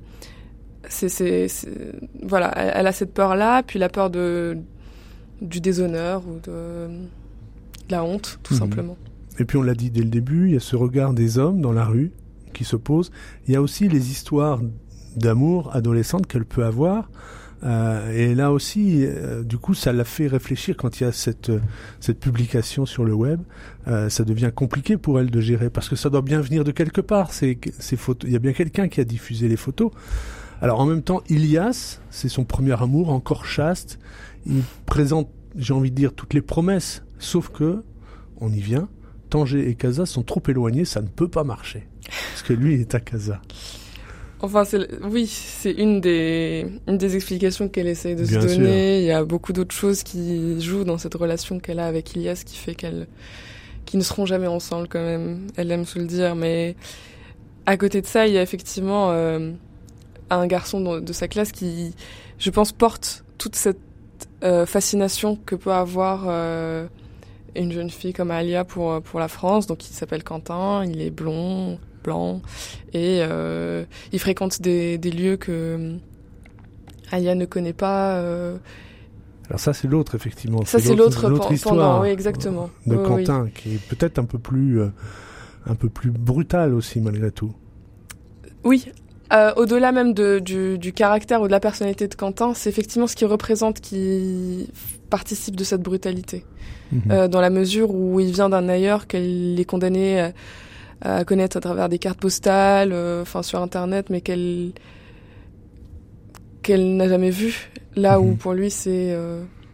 elle a cette peur là, puis la peur du déshonneur ou de la honte tout simplement. Et puis on l'a dit dès le début, il y a ce regard des hommes dans la rue qui se pose, il y a aussi les histoires d'amour adolescente qu'elle peut avoir, et là aussi du coup ça l'a fait réfléchir. Quand il y a cette publication sur le web, ça devient compliqué pour elle de gérer, parce que ça doit bien venir de quelque part, ces photos. Il y a bien quelqu'un qui a diffusé les photos. Alors en même temps, Ilias, c'est son premier amour, encore chaste, il présente, j'ai envie de dire, toutes les promesses, sauf que on y vient, Tanger et Casa sont trop éloignés, ça ne peut pas marcher, parce que lui est à Casa. Enfin, c'est une des explications qu'elle essaye de se donner. Sûr. Il y a beaucoup d'autres choses qui jouent dans cette relation qu'elle a avec Ilias, qui fait qu'ils ne seront jamais ensemble quand même. Elle aime se le dire, mais à côté de ça, il y a effectivement un garçon de sa classe qui, je pense, porte toute cette fascination que peut avoir une jeune fille comme Alia pour la France. Donc, il s'appelle Quentin, il est blond, blanc, et il fréquente des lieux que Alia ne connaît pas. Alors ça, c'est l'autre, effectivement. Ça, c'est l'autre histoire, oui, exactement. De Quentin, qui est peut-être un peu plus brutal aussi, malgré tout. Oui, au-delà même du caractère ou de la personnalité de Quentin, c'est effectivement ce qu'il représente qui participe de cette brutalité. Dans la mesure où il vient d'un ailleurs qu'elle est condamnée à connaître à travers des cartes postales, sur Internet, mais qu'elle n'a jamais vu. Là où pour lui c'est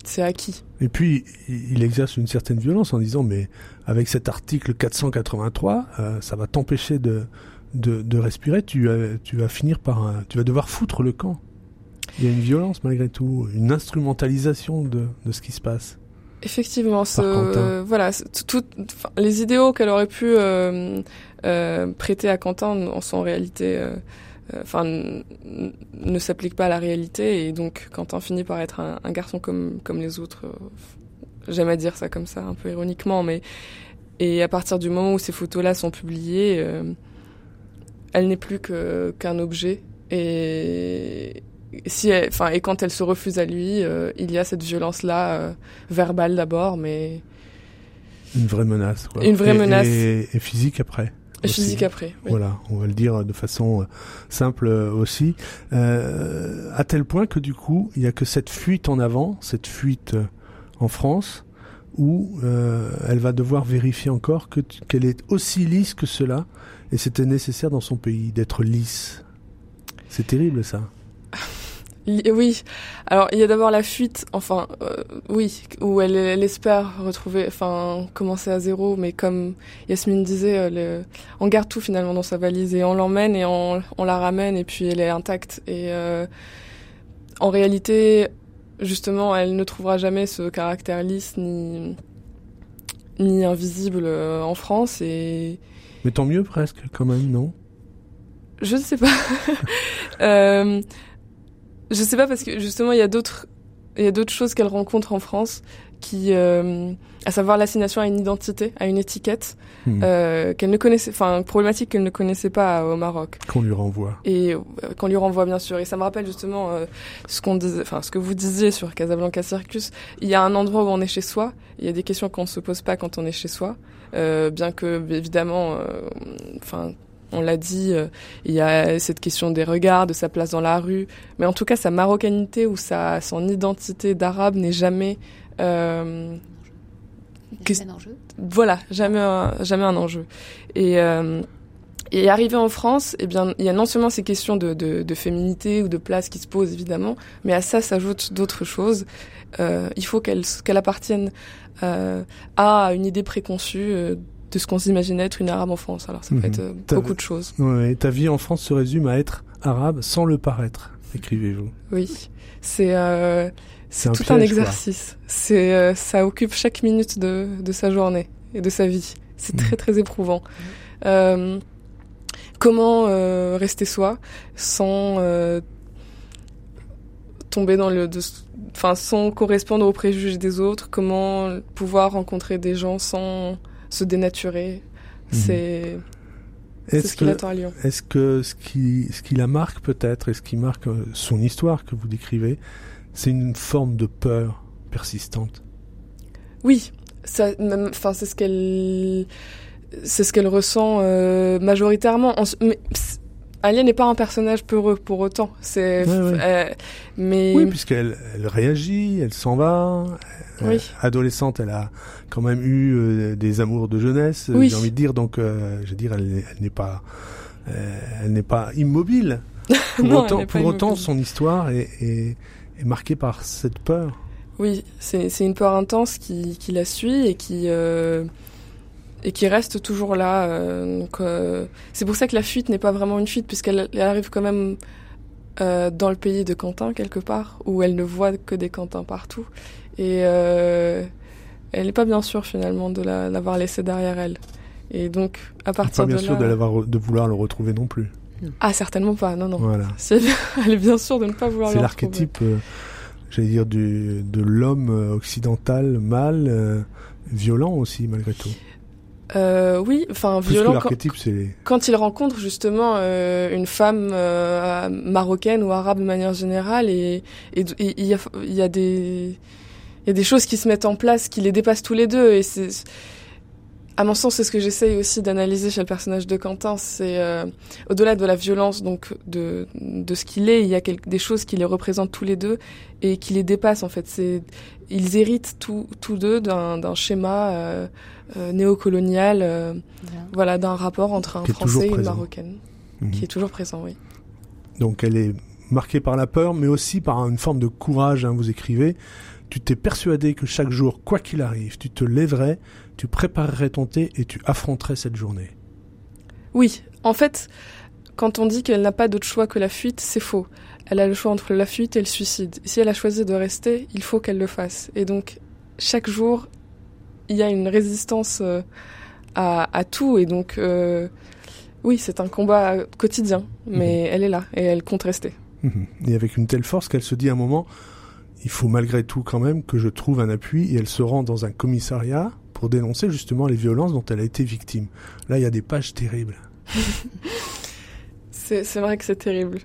c'est acquis. Et puis, il exerce une certaine violence en disant, mais avec cet article 483, ça va t'empêcher de respirer, tu vas finir tu vas devoir foutre le camp. Il y a une violence malgré tout, une instrumentalisation de ce qui se passe. Effectivement, voilà, les idéaux qu'elle aurait pu prêter à Quentin en son réalité, ne s'appliquent pas à la réalité, et donc Quentin finit par être un garçon comme les autres. J'aime à dire ça comme ça, un peu ironiquement, et à partir du moment où ces photos-là sont publiées, elle n'est plus qu'un objet, et quand elle se refuse à lui, il y a cette violence-là, verbale d'abord, mais... Une vraie menace, quoi. Une vraie menace. Et physique après. Et physique après, oui. Voilà, on va le dire de façon simple aussi. À tel point que du coup, il n'y a que cette fuite en avant, cette fuite en France, où elle va devoir vérifier encore qu'elle est aussi lisse que cela, et c'était nécessaire dans son pays d'être lisse. C'est terrible, ça. Oui, alors il y a d'abord la fuite, où elle espère commencer à zéro, mais comme Yasmine disait, on garde tout finalement dans sa valise et on l'emmène et on la ramène et puis elle est intacte. Et en réalité, justement, elle ne trouvera jamais ce caractère lisse ni invisible en France. Mais tant mieux presque quand même, non ? Je ne sais pas. Je sais pas parce que justement il y a d'autres choses qu'elle rencontre en France qui, à savoir l'assignation à une identité, à une étiquette qu'elle ne connaissait, problématique qu'elle ne connaissait pas au Maroc. Qu'on lui renvoie. Et qu'on lui renvoie bien sûr. Et ça me rappelle justement ce que vous disiez sur Casablanca Circus. Il y a un endroit où on est chez soi. Il y a des questions qu'on ne se pose pas quand on est chez soi, bien que évidemment, on l'a dit, il y a cette question des regards, de sa place dans la rue. Mais en tout cas, sa marocanité ou son identité d'arabe n'est jamais... un enjeu. Voilà, jamais un enjeu. Et arrivé en France, eh bien, il y a non seulement ces questions de féminité ou de place qui se posent, évidemment, mais à ça s'ajoutent d'autres choses. Il faut qu'elle appartienne à une idée préconçue de ce qu'on s'imaginait être une arabe en France. Alors ça peut être beaucoup de choses. Ouais, ta vie en France se résume à être arabe sans le paraître, écrivez-vous. Oui, c'est tout piège, un exercice. Ça occupe chaque minute de sa journée et de sa vie. C'est très très éprouvant. Comment rester soi sans tomber dans sans correspondre aux préjugés des autres? Comment pouvoir rencontrer des gens sans se dénaturer? C'est ce qu'il attend à Lyon. Est-ce que ce qui la marque peut-être, et ce qui marque son histoire que vous décrivez, c'est une forme de peur persistante? Oui, c'est ce qu'elle ressent majoritairement. Mais Alia n'est pas un personnage peureux pour autant. Oui, puisqu'elle réagit, elle s'en va. Oui. Adolescente, elle a quand même eu des amours de jeunesse, oui. J'ai envie de dire. Donc, elle n'est pas immobile. Pour autant, son histoire est marquée par cette peur. Oui, c'est une peur intense qui la suit et qui reste toujours là. Donc, c'est pour ça que la fuite n'est pas vraiment une fuite, puisqu'elle arrive quand même dans le pays de Quentin, quelque part, où elle ne voit que des Quentins partout. Et elle n'est pas bien sûre, finalement, de l'avoir laissé derrière elle. Et donc, à partir de là... Pas bien sûre de vouloir le retrouver non plus. Ah, certainement pas, non. Voilà. Elle est bien sûre de ne pas vouloir le retrouver. C'est l'archétype, j'allais dire, de l'homme occidental, mâle, violent aussi, malgré tout. Oui, violent quand il rencontre justement une femme marocaine ou arabe de manière générale, et il y a des choses qui se mettent en place qui les dépassent tous les deux, et à mon sens, c'est ce que j'essaye aussi d'analyser chez le personnage de Quentin. C'est au-delà de la violence, donc de ce qu'il est, il y a des choses qui les représentent tous les deux et qui les dépassent en fait. Ils héritent tous deux d'un schéma néocolonial, voilà, d'un rapport entre un Français et une Marocaine, qui est toujours présent, oui. Donc elle est marquée par la peur, mais aussi par une forme de courage. Vous écrivez Tu t'es persuadé que chaque jour, quoi qu'il arrive, tu te lèverais, tu préparerais ton thé et tu affronterais cette journée. Oui, en fait, quand on dit qu'elle n'a pas d'autre choix que la fuite, c'est faux. Elle a le choix entre la fuite et le suicide. Si elle a choisi de rester, il faut qu'elle le fasse. Et donc, chaque jour, il y a une résistance à tout. Et donc, oui, c'est un combat quotidien, mais elle est là et elle compte rester. Et avec une telle force qu'elle se dit à un moment, il faut malgré tout quand même que je trouve un appui, et elle se rend dans un commissariat pour dénoncer justement les violences dont elle a été victime. Là, il y a des pages terribles. C'est vrai que c'est terrible.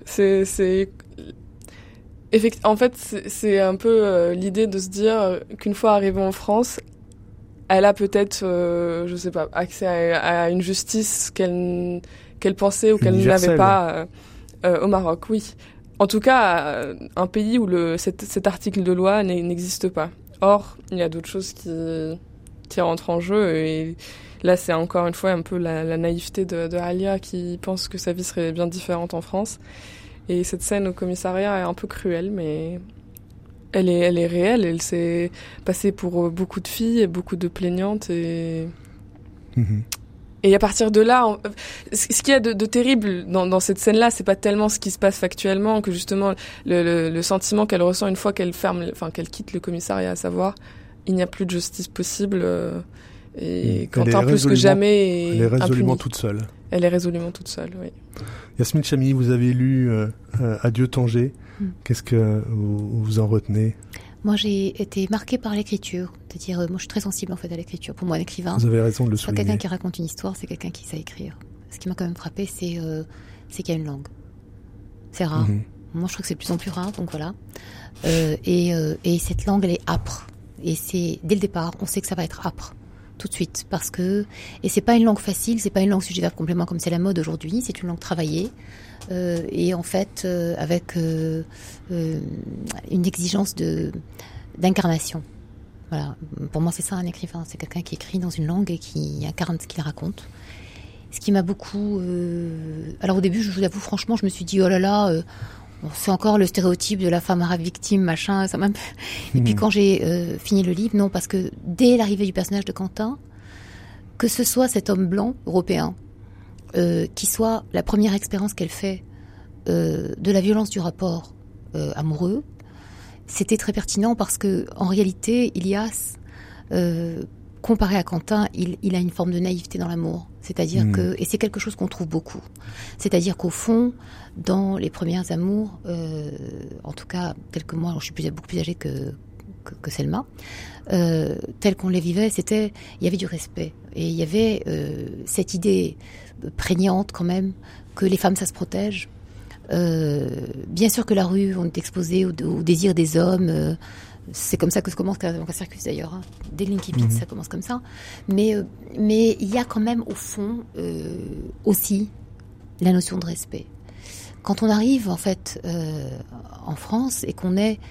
En fait, c'est un peu l'idée de se dire qu'une fois arrivée en France, elle a peut-être, je sais pas, accès à une justice qu'elle pensait ou qu'elle n'avait pas au Maroc. Oui. En tout cas, un pays où cet article de loi n'existe pas. Or, il y a d'autres choses qui rentrent en jeu, et là, c'est encore une fois un peu la naïveté de Alia qui pense que sa vie serait bien différente en France. Et cette scène au commissariat est un peu cruelle, mais elle est réelle. Elle s'est passée pour beaucoup de filles et beaucoup de plaignantes. Et à partir de là, ce qu'il y a de terrible dans cette scène-là, c'est pas tellement ce qui se passe factuellement, que justement le sentiment qu'elle ressent une fois qu'elle quitte le commissariat, à savoir, il n'y a plus de justice possible. Et Quentin, plus que jamais, elle est résolument impuni. toute seule. Elle est résolument toute seule, oui. Yasmine Chamy, vous avez lu Adieu Tanger. Qu'est-ce que vous en retenez ? Moi, j'ai été marquée par l'écriture. C'est-à-dire, moi, je suis très sensible, en fait, à l'écriture. Pour moi, un écrivain, vous avez raison de le c'est pas souligner. quelqu'un qui raconte une histoire, c'est quelqu'un qui sait écrire. Ce qui m'a quand même frappée, c'est qu'il y a une langue. C'est rare. Moi, je trouve que c'est de plus en plus rare, donc voilà. Et cette langue, elle est âpre. Et c'est, dès le départ, on sait que ça va être âpre. Tout de suite. Et c'est pas une langue facile, c'est pas une langue sujet verbe complément comme c'est la mode aujourd'hui, c'est une langue travaillée. Et en fait, avec une exigence d'incarnation. Voilà. Pour moi, c'est ça un écrivain. C'est quelqu'un qui écrit dans une langue et qui incarne ce qu'il raconte. Ce qui m'a beaucoup... Alors au début, je vous avoue, franchement, je me suis dit, oh là là, c'est encore le stéréotype de la femme arabe victime, machin. Ça m'a... Et puis quand j'ai fini le livre, non, parce que dès l'arrivée du personnage de Quentin, que ce soit cet homme blanc, européen, qui soit la première expérience qu'elle fait de la violence du rapport amoureux, c'était très pertinent parce que en réalité, Ilias, comparé à Quentin, il a une forme de naïveté dans l'amour. C'est-à-dire que, et c'est quelque chose qu'on trouve beaucoup, c'est-à-dire qu'au fond, dans les premières amours, en tout cas, tel que moi, je suis beaucoup plus âgée que Selma, tel qu'on les vivait, il y avait du respect. Et il y avait cette idée prégnante quand même que les femmes, ça se protège. Bien sûr que la rue, on est exposé au désir des hommes. C'est comme ça que se commence Casablanca Circus d'ailleurs. Hein. Dès Linky Beats, ça commence comme ça. Mais il y a quand même au fond aussi la notion de respect. Quand on arrive en fait en France et qu'on est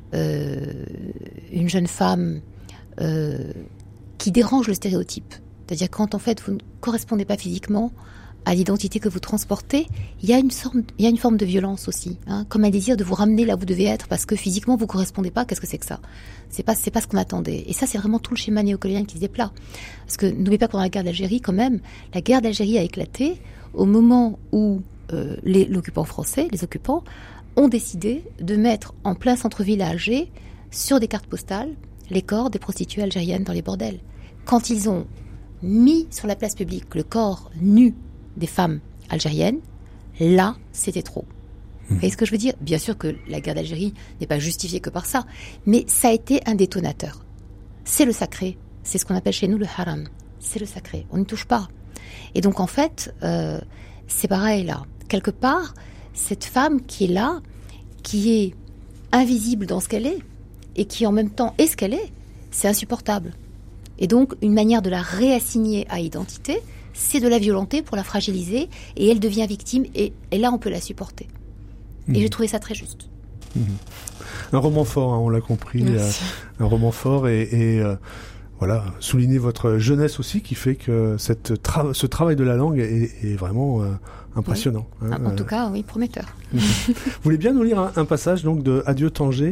une jeune femme qui dérange le stéréotype, c'est-à-dire quand en fait vous ne correspondez pas physiquement à l'identité que vous transportez, il y a une forme de violence aussi, hein, comme un désir de vous ramener là où vous devez être parce que physiquement vous correspondez pas. Qu'est-ce que c'est que ça ? C'est pas ce qu'on attendait. Et ça, c'est vraiment tout le schéma néocolonial qui se déploie. Parce que n'oubliez pas que pendant la guerre d'Algérie, quand même, la guerre d'Algérie a éclaté au moment où l'occupant français, les occupants, ont décidé de mettre en plein centre-ville à Alger, sur des cartes postales, les corps des prostituées algériennes dans les bordels. Quand ils ont mis sur la place publique le corps nu des femmes algériennes, là, c'était trop. Vous voyez ce que je veux dire ? Bien sûr que la guerre d'Algérie n'est pas justifiée que par ça, mais ça a été un détonateur. C'est le sacré, c'est ce qu'on appelle chez nous le haram. C'est le sacré, on ne touche pas. Et donc en fait, c'est pareil là. Quelque part, cette femme qui est là, qui est invisible dans ce qu'elle est, et qui en même temps est ce qu'elle est, c'est insupportable. Et donc, une manière de la réassigner à identité, c'est de la violenter pour la fragiliser, et elle devient victime, et là, on peut la supporter. Et j'ai trouvé ça très juste. Un roman fort, hein, on l'a compris, un roman fort, et voilà, souligner votre jeunesse aussi, qui fait que ce travail de la langue est vraiment impressionnant. Oui. Hein, en tout cas, oui, prometteur. Vous voulez bien nous lire un passage donc de Adieu Tanger,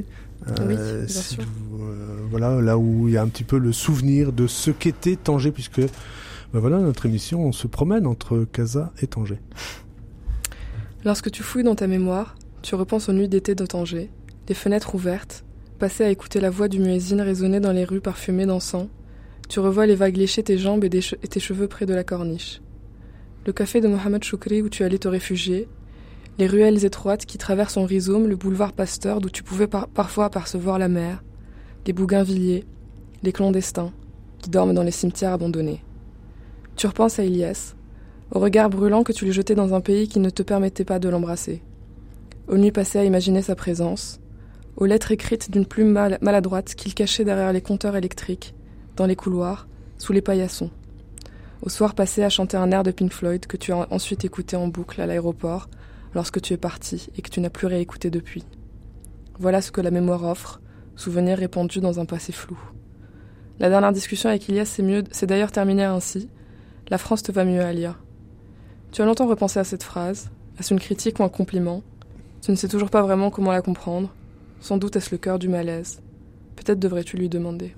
Oui, bien sûr. Voilà, là où il y a un petit peu le souvenir de ce qu'était Tanger, puisque voilà, notre émission, on se promène entre Casa et Tanger. Lorsque tu fouilles dans ta mémoire, tu repenses aux nuits d'été de Tanger, les fenêtres ouvertes, passer à écouter la voix du muezzin résonner dans les rues parfumées d'encens. Tu revois les vagues lécher tes jambes et tes cheveux près de la corniche. Le café de Mohamed Choukri où tu allais te réfugier, les ruelles étroites qui traversent en rhizome le boulevard Pasteur d'où tu pouvais parfois apercevoir la mer, les bougainvilliers, les clandestins qui dorment dans les cimetières abandonnés. Tu repenses à Ilyes, au regard brûlant que tu lui jetais dans un pays qui ne te permettait pas de l'embrasser, aux nuits passées à imaginer sa présence, aux lettres écrites d'une plume maladroite qu'il cachait derrière les compteurs électriques, dans les couloirs, sous les paillassons, aux soirs passés à chanter un air de Pink Floyd que tu as ensuite écouté en boucle à l'aéroport lorsque tu es parti et que tu n'as plus réécouté depuis. Voilà ce que la mémoire offre, souvenirs répandus dans un passé flou. La dernière discussion avec Ilyes s'est d'ailleurs terminée ainsi. La France te va mieux à lire. Tu as longtemps repensé à cette phrase. Est-ce une critique ou un compliment? Tu ne sais toujours pas vraiment comment la comprendre. Sans doute est-ce le cœur du malaise. Peut-être devrais-tu lui demander.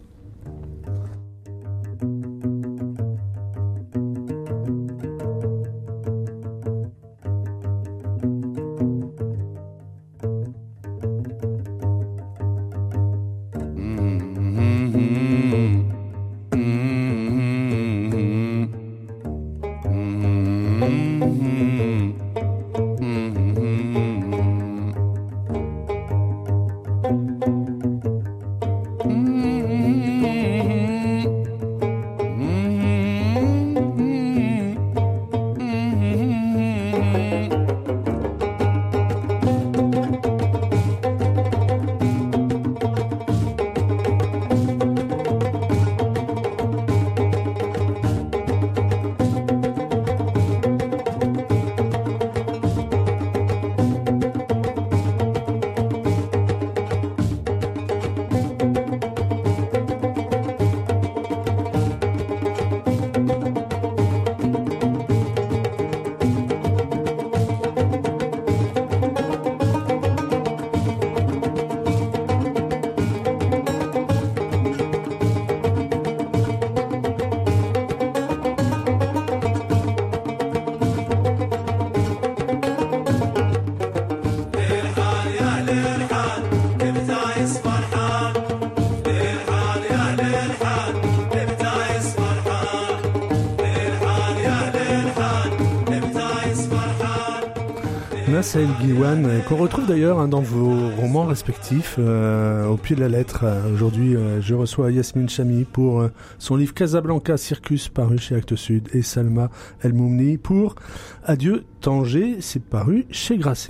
Nassaël Guiwan, qu'on retrouve d'ailleurs dans vos romans respectifs, Au pied de la lettre. Aujourd'hui, je reçois Yasmine Chamy pour son livre Casablanca Circus, paru chez Actes Sud, et Salma El Moumni pour Adieu Tanger, c'est paru chez Grasset.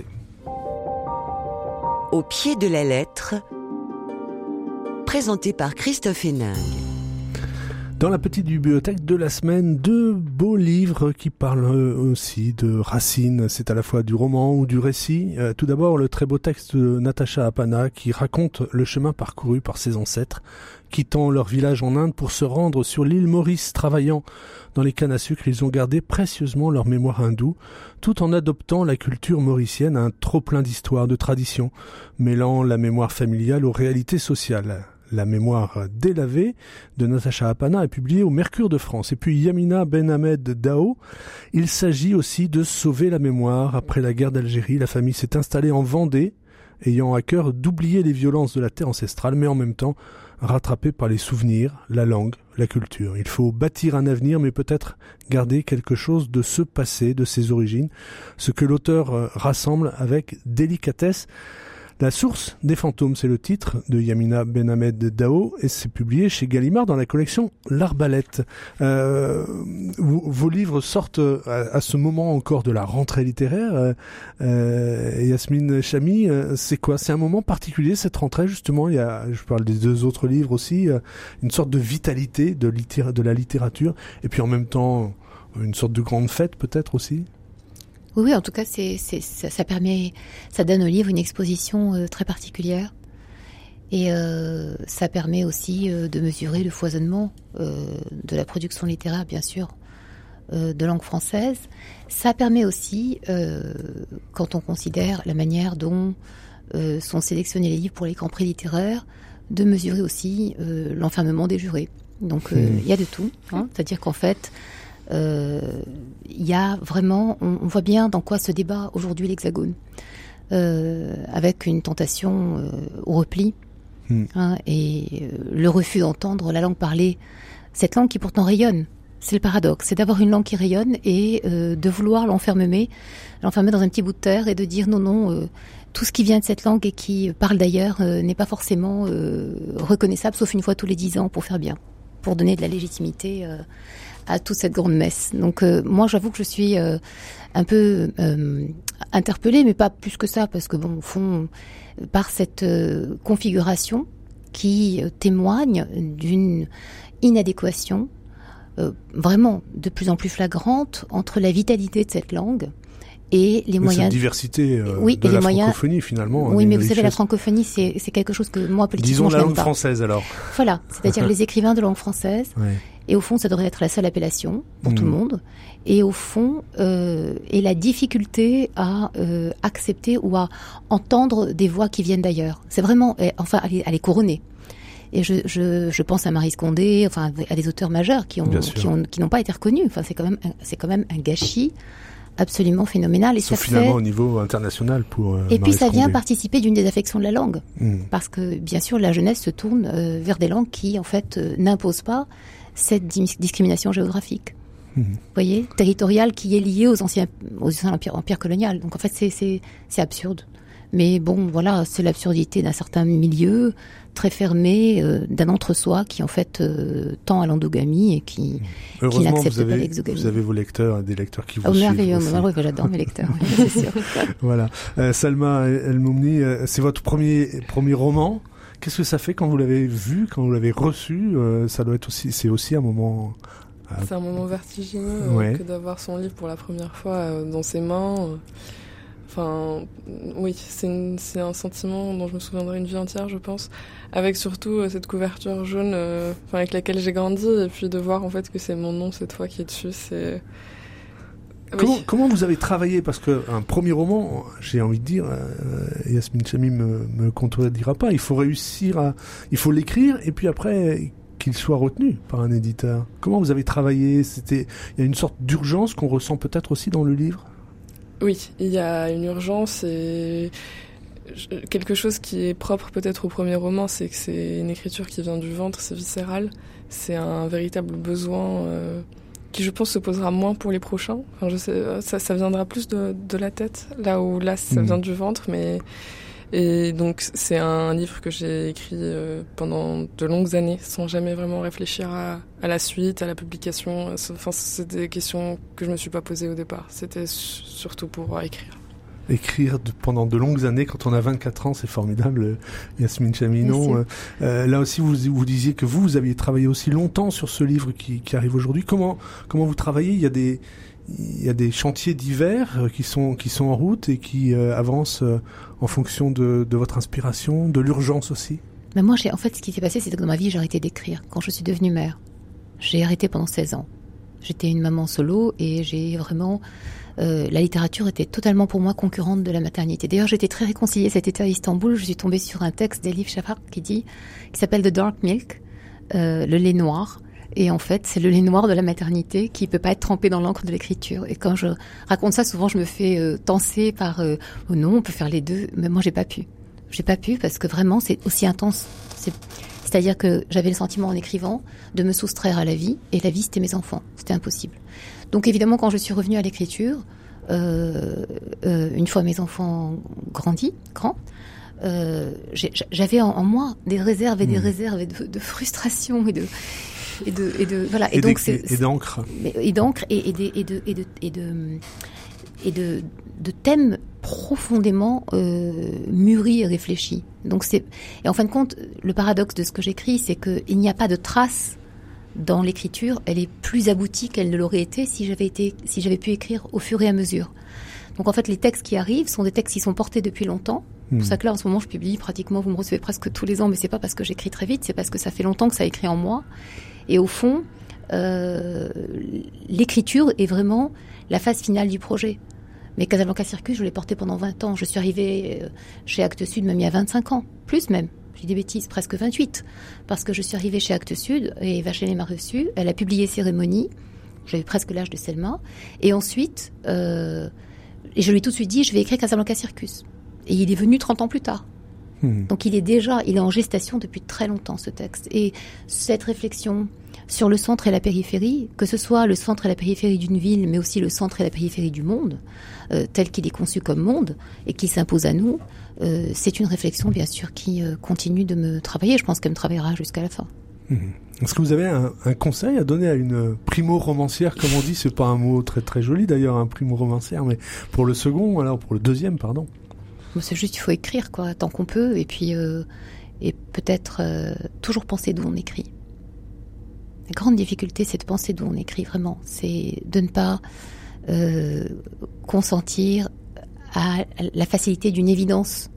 Au pied de la lettre, présenté par Christophe Héningue. Dans la petite bibliothèque de la semaine, 2 beaux livres qui parlent aussi de racines. C'est à la fois du roman ou du récit. Tout d'abord, le très beau texte de Natacha Apana qui raconte le chemin parcouru par ses ancêtres, quittant leur village en Inde pour se rendre sur l'île Maurice. Travaillant dans les cannes à sucre, ils ont gardé précieusement leur mémoire hindoue, tout en adoptant la culture mauricienne, un trop-plein d'histoire, de traditions, mêlant la mémoire familiale aux réalités sociales. La mémoire délavée de Natacha Apana est publiée au Mercure de France. Et puis Yamina Ben Ahmed Dao, il s'agit aussi de sauver la mémoire. Après la guerre d'Algérie, la famille s'est installée en Vendée, ayant à cœur d'oublier les violences de la terre ancestrale, mais en même temps rattrapée par les souvenirs, la langue, la culture. Il faut bâtir un avenir, mais peut-être garder quelque chose de ce passé, de ses origines, ce que l'auteur rassemble avec délicatesse. La source des fantômes, c'est le titre de Yamina Ben Ahmed Dao et c'est publié chez Gallimard dans la collection L'Arbalète. Vos livres sortent à ce moment encore de la rentrée littéraire. Yasmine Chamy, c'est quoi? C'est un moment particulier cette rentrée justement. Je parle des 2 autres livres aussi, une sorte de vitalité de la littérature et puis en même temps une sorte de grande fête peut-être aussi. Oui, en tout cas, ça donne au livre une exposition très particulière. Et ça permet aussi de mesurer le foisonnement de la production littéraire, bien sûr, de langue française. Ça permet aussi, quand on considère la manière dont sont sélectionnés les livres pour les grands prix littéraires, de mesurer aussi l'enfermement des jurés. Donc il y a de tout, hein. C'est-à-dire qu'en fait, il y a vraiment, on voit bien dans quoi se débat aujourd'hui l'Hexagone, avec une tentation au repli, hein, et le refus d'entendre la langue parlée, cette langue qui pourtant rayonne. C'est le paradoxe, c'est d'avoir une langue qui rayonne et de vouloir l'enfermer dans un petit bout de terre et de dire non, tout ce qui vient de cette langue et qui parle d'ailleurs n'est pas forcément reconnaissable, sauf une fois tous les 10 ans pour faire bien, pour donner de la légitimité à toute cette grande messe. Donc moi j'avoue que je suis un peu interpellée, mais pas plus que ça, parce que bon, au fond, par cette configuration qui témoigne d'une inadéquation vraiment de plus en plus flagrante entre la vitalité de cette langue et les moyens... Cette diversité oui, de la francophonie, finalement. Oui, mais vous savez, la francophonie, c'est quelque chose que moi, politiquement, disons la langue française, alors. Voilà, c'est-à-dire les écrivains de langue française. Ouais. Et au fond, ça devrait être la seule appellation pour tout le monde. Et au fond, et la difficulté à accepter ou à entendre des voix qui viennent d'ailleurs. C'est vraiment, enfin, à les couronner. Et je pense à Maryse Condé, enfin à des auteurs majeurs qui n'ont pas été reconnus. Enfin, c'est quand même un gâchis absolument phénoménal. Et sauf ça finalement fait... au niveau international pour. Et puis ça vient participer d'une désaffection de la langue, parce que bien sûr la jeunesse se tourne vers des langues qui en fait n'imposent pas cette discrimination géographique. Vous voyez, territoriale, qui est liée aux anciens empires coloniaux. Donc en fait c'est absurde. Mais bon, voilà, c'est l'absurdité d'un certain milieu très fermé, d'un entre-soi qui en fait tend à l'endogamie et qui n'accepte pas l'exogamie. Vous avez vos lecteurs, des lecteurs qui vous suivent. Merveilleux, j'adore mes lecteurs, c'est sûr. Voilà. Salma El Moumni, c'est votre premier roman. Qu'est-ce que ça fait quand vous l'avez vu, quand vous l'avez reçu? Ça doit être aussi, c'est aussi un moment... C'est un moment vertigineux que d'avoir son livre pour la première fois dans ses mains. Enfin, oui, c'est un sentiment dont je me souviendrai une vie entière, je pense. Avec surtout cette couverture jaune, avec laquelle j'ai grandi, et puis de voir en fait que c'est mon nom cette fois qui est dessus, c'est... Comment vous avez travaillé? Parce qu'un premier roman, j'ai envie de dire, Yasmine Chamy me contredira pas, il faut réussir il faut l'écrire, et puis après... qu'il soit retenu par un éditeur. Comment vous avez travaillé? Il y a une sorte d'urgence qu'on ressent peut-être aussi dans le livre? Oui, il y a une urgence et quelque chose qui est propre peut-être au premier roman, c'est que c'est une écriture qui vient du ventre, c'est viscéral, c'est un véritable besoin qui je pense se posera moins pour les prochains. Enfin, je sais, ça viendra plus de la tête, là ça vient du ventre, mais... Et donc c'est un livre que j'ai écrit pendant de longues années sans jamais vraiment réfléchir à la suite, à la publication. Enfin, c'est des questions que je me suis pas posées au départ. C'était surtout pour écrire. Écrire pendant de longues années quand on a 24 ans, c'est formidable, Yasmine Chamy. Là aussi, vous disiez que vous aviez travaillé aussi longtemps sur ce livre qui arrive aujourd'hui. Comment vous travaillez? Il y a des chantiers divers qui sont en route et qui avancent en fonction de votre inspiration, de l'urgence aussi. Mais moi, en fait, ce qui s'est passé, c'est que dans ma vie, j'ai arrêté d'écrire. Quand je suis devenue mère, j'ai arrêté pendant 16 ans. J'étais une maman solo et j'ai vraiment... la littérature était totalement pour moi concurrente de la maternité. D'ailleurs, j'étais très réconciliée cet été à Istanbul. Je suis tombée sur un texte d'Elif Shafak qui s'appelle The Dark Milk, le lait noir. Et en fait, c'est le lait noir de la maternité qui peut pas être trempé dans l'encre de l'écriture. Et quand je raconte ça, souvent, je me fais tenser par oh non, on peut faire les deux. Mais moi, j'ai pas pu. J'ai pas pu parce que vraiment, c'est aussi intense. C'est-à-dire que j'avais le sentiment en écrivant de me soustraire à la vie. Et la vie, c'était mes enfants. C'était impossible. Donc évidemment, quand je suis revenue à l'écriture, une fois mes enfants grands, j'avais en moi des réserves et des réserves de frustration et de voilà, et donc d'encre et de thèmes profondément mûris et réfléchis. Donc et en fin de compte, le paradoxe de ce que j'écris, c'est que il n'y a pas de trace dans l'écriture. Elle est plus aboutie qu'elle ne l'aurait été si j'avais pu écrire au fur et à mesure. Donc en fait, les textes qui arrivent sont des textes qui sont portés depuis longtemps. C'est pour ça que là, en ce moment, je publie pratiquement, vous me recevez presque tous les ans, mais c'est pas parce que j'écris très vite, c'est parce que ça fait longtemps que ça écrit en moi. Et au fond, l'écriture est vraiment la phase finale du projet. Mais Casablanca Circus, je l'ai porté pendant 20 ans. Je suis arrivée chez Actes Sud même il y a 25 ans, plus même. Je dis des bêtises, presque 28. Parce que je suis arrivée chez Actes Sud et Vacheli m'a reçue. Elle a publié Cérémonie. J'avais presque l'âge de Selma. Et ensuite, et je lui ai tout de suite dit, je vais écrire Casablanca Circus. Et il est venu 30 ans plus tard. Donc il est en gestation depuis très longtemps, ce texte. Et cette réflexion sur le centre et la périphérie, que ce soit le centre et la périphérie d'une ville, mais aussi le centre et la périphérie du monde, tel qu'il est conçu comme monde et qui s'impose à nous, c'est une réflexion bien sûr qui continue de me travailler. Je pense qu'elle me travaillera jusqu'à la fin. Est-ce que vous avez un conseil à donner à une primo-romancière, comme on dit? C'est pas un mot très très joli d'ailleurs, un primo-romancière, mais pour le second, alors pour le deuxième, pardon. C'est juste, il faut écrire quoi, tant qu'on peut, et puis et peut-être toujours penser d'où on écrit. La grande difficulté, c'est de penser d'où on écrit vraiment. C'est de ne pas consentir à la facilité d'une évidence,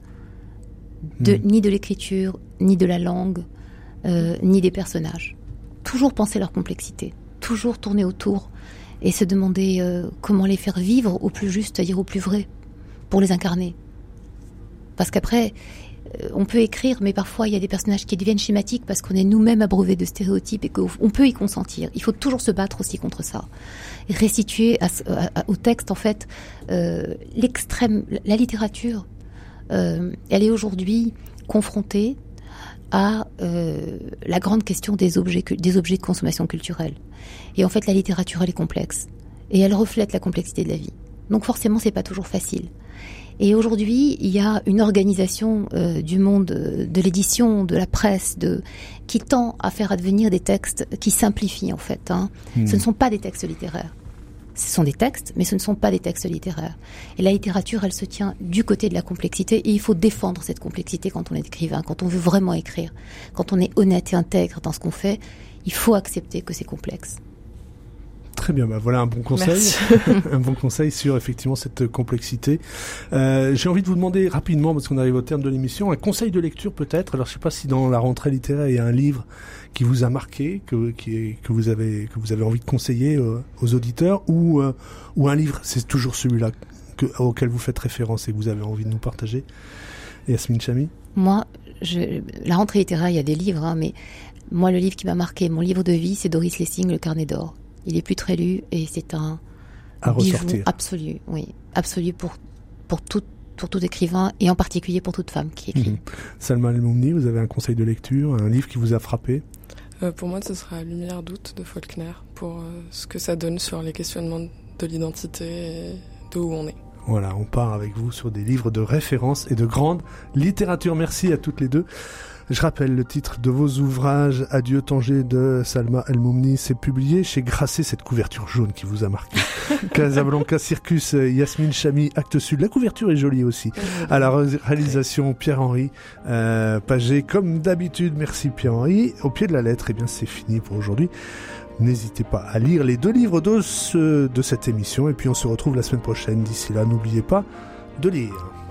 ni de l'écriture, ni de la langue, ni des personnages. Toujours penser leur complexité, toujours tourner autour et se demander comment les faire vivre au plus juste, c'est-à-dire au plus vrai, pour les incarner. Parce qu'après, on peut écrire, mais parfois il y a des personnages qui deviennent schématiques parce qu'on est nous-mêmes abreuvés de stéréotypes et qu'on peut y consentir. Il faut toujours se battre aussi contre ça. Et restituer au texte, en fait, l'extrême... La littérature, elle est aujourd'hui confrontée à la grande question des objets de consommation culturelle. Et en fait, la littérature, elle est complexe. Et elle reflète la complexité de la vie. Donc forcément, c'est pas toujours facile. Et aujourd'hui, il y a une organisation du monde de l'édition, de la presse, qui tend à faire advenir des textes qui simplifient en fait. Ce ne sont pas des textes littéraires. Ce sont des textes, mais ce ne sont pas des textes littéraires. Et la littérature, elle se tient du côté de la complexité, et il faut défendre cette complexité quand on est écrivain, quand on veut vraiment écrire, quand on est honnête et intègre dans ce qu'on fait, il faut accepter que c'est complexe. Très bien, voilà un bon conseil, un bon conseil sur effectivement cette complexité. J'ai envie de vous demander rapidement, parce qu'on arrive au terme de l'émission, un conseil de lecture peut-être. Alors je ne sais pas si dans la rentrée littéraire il y a un livre qui vous a marqué, que vous avez envie de conseiller aux auditeurs, ou un livre, c'est toujours celui-là auquel vous faites référence et que vous avez envie de nous partager. Yasmine Chamy. Moi, la rentrée littéraire, il y a des livres, mais moi le livre qui m'a marqué, mon livre de vie, c'est Doris Lessing, Le Carnet d'or. Il est plus très lu et c'est un bijou absolu, absolu pour tout écrivain et en particulier pour toute femme qui écrit. Salma El-Moumni, vous avez un conseil de lecture, un livre qui vous a frappé? Pour moi, ce sera Lumière d'août de Faulkner, pour ce que ça donne sur les questionnements de l'identité et de où on est. Voilà, on part avec vous sur des livres de référence et de grande littérature. Merci à toutes les deux. Je rappelle le titre de vos ouvrages. Adieu Tanger de Salma El-Moumni, c'est publié chez Grasset, cette couverture jaune qui vous a marqué. Casablanca Circus, Yasmine Chamy, Actes Sud. La couverture est jolie aussi. À la réalisation, Pierre-Henri Paget, comme d'habitude. Merci Pierre-Henri. Au pied de la lettre, c'est fini pour aujourd'hui. N'hésitez pas à lire les 2 livres de cette émission et puis on se retrouve la semaine prochaine. D'ici là, n'oubliez pas de lire.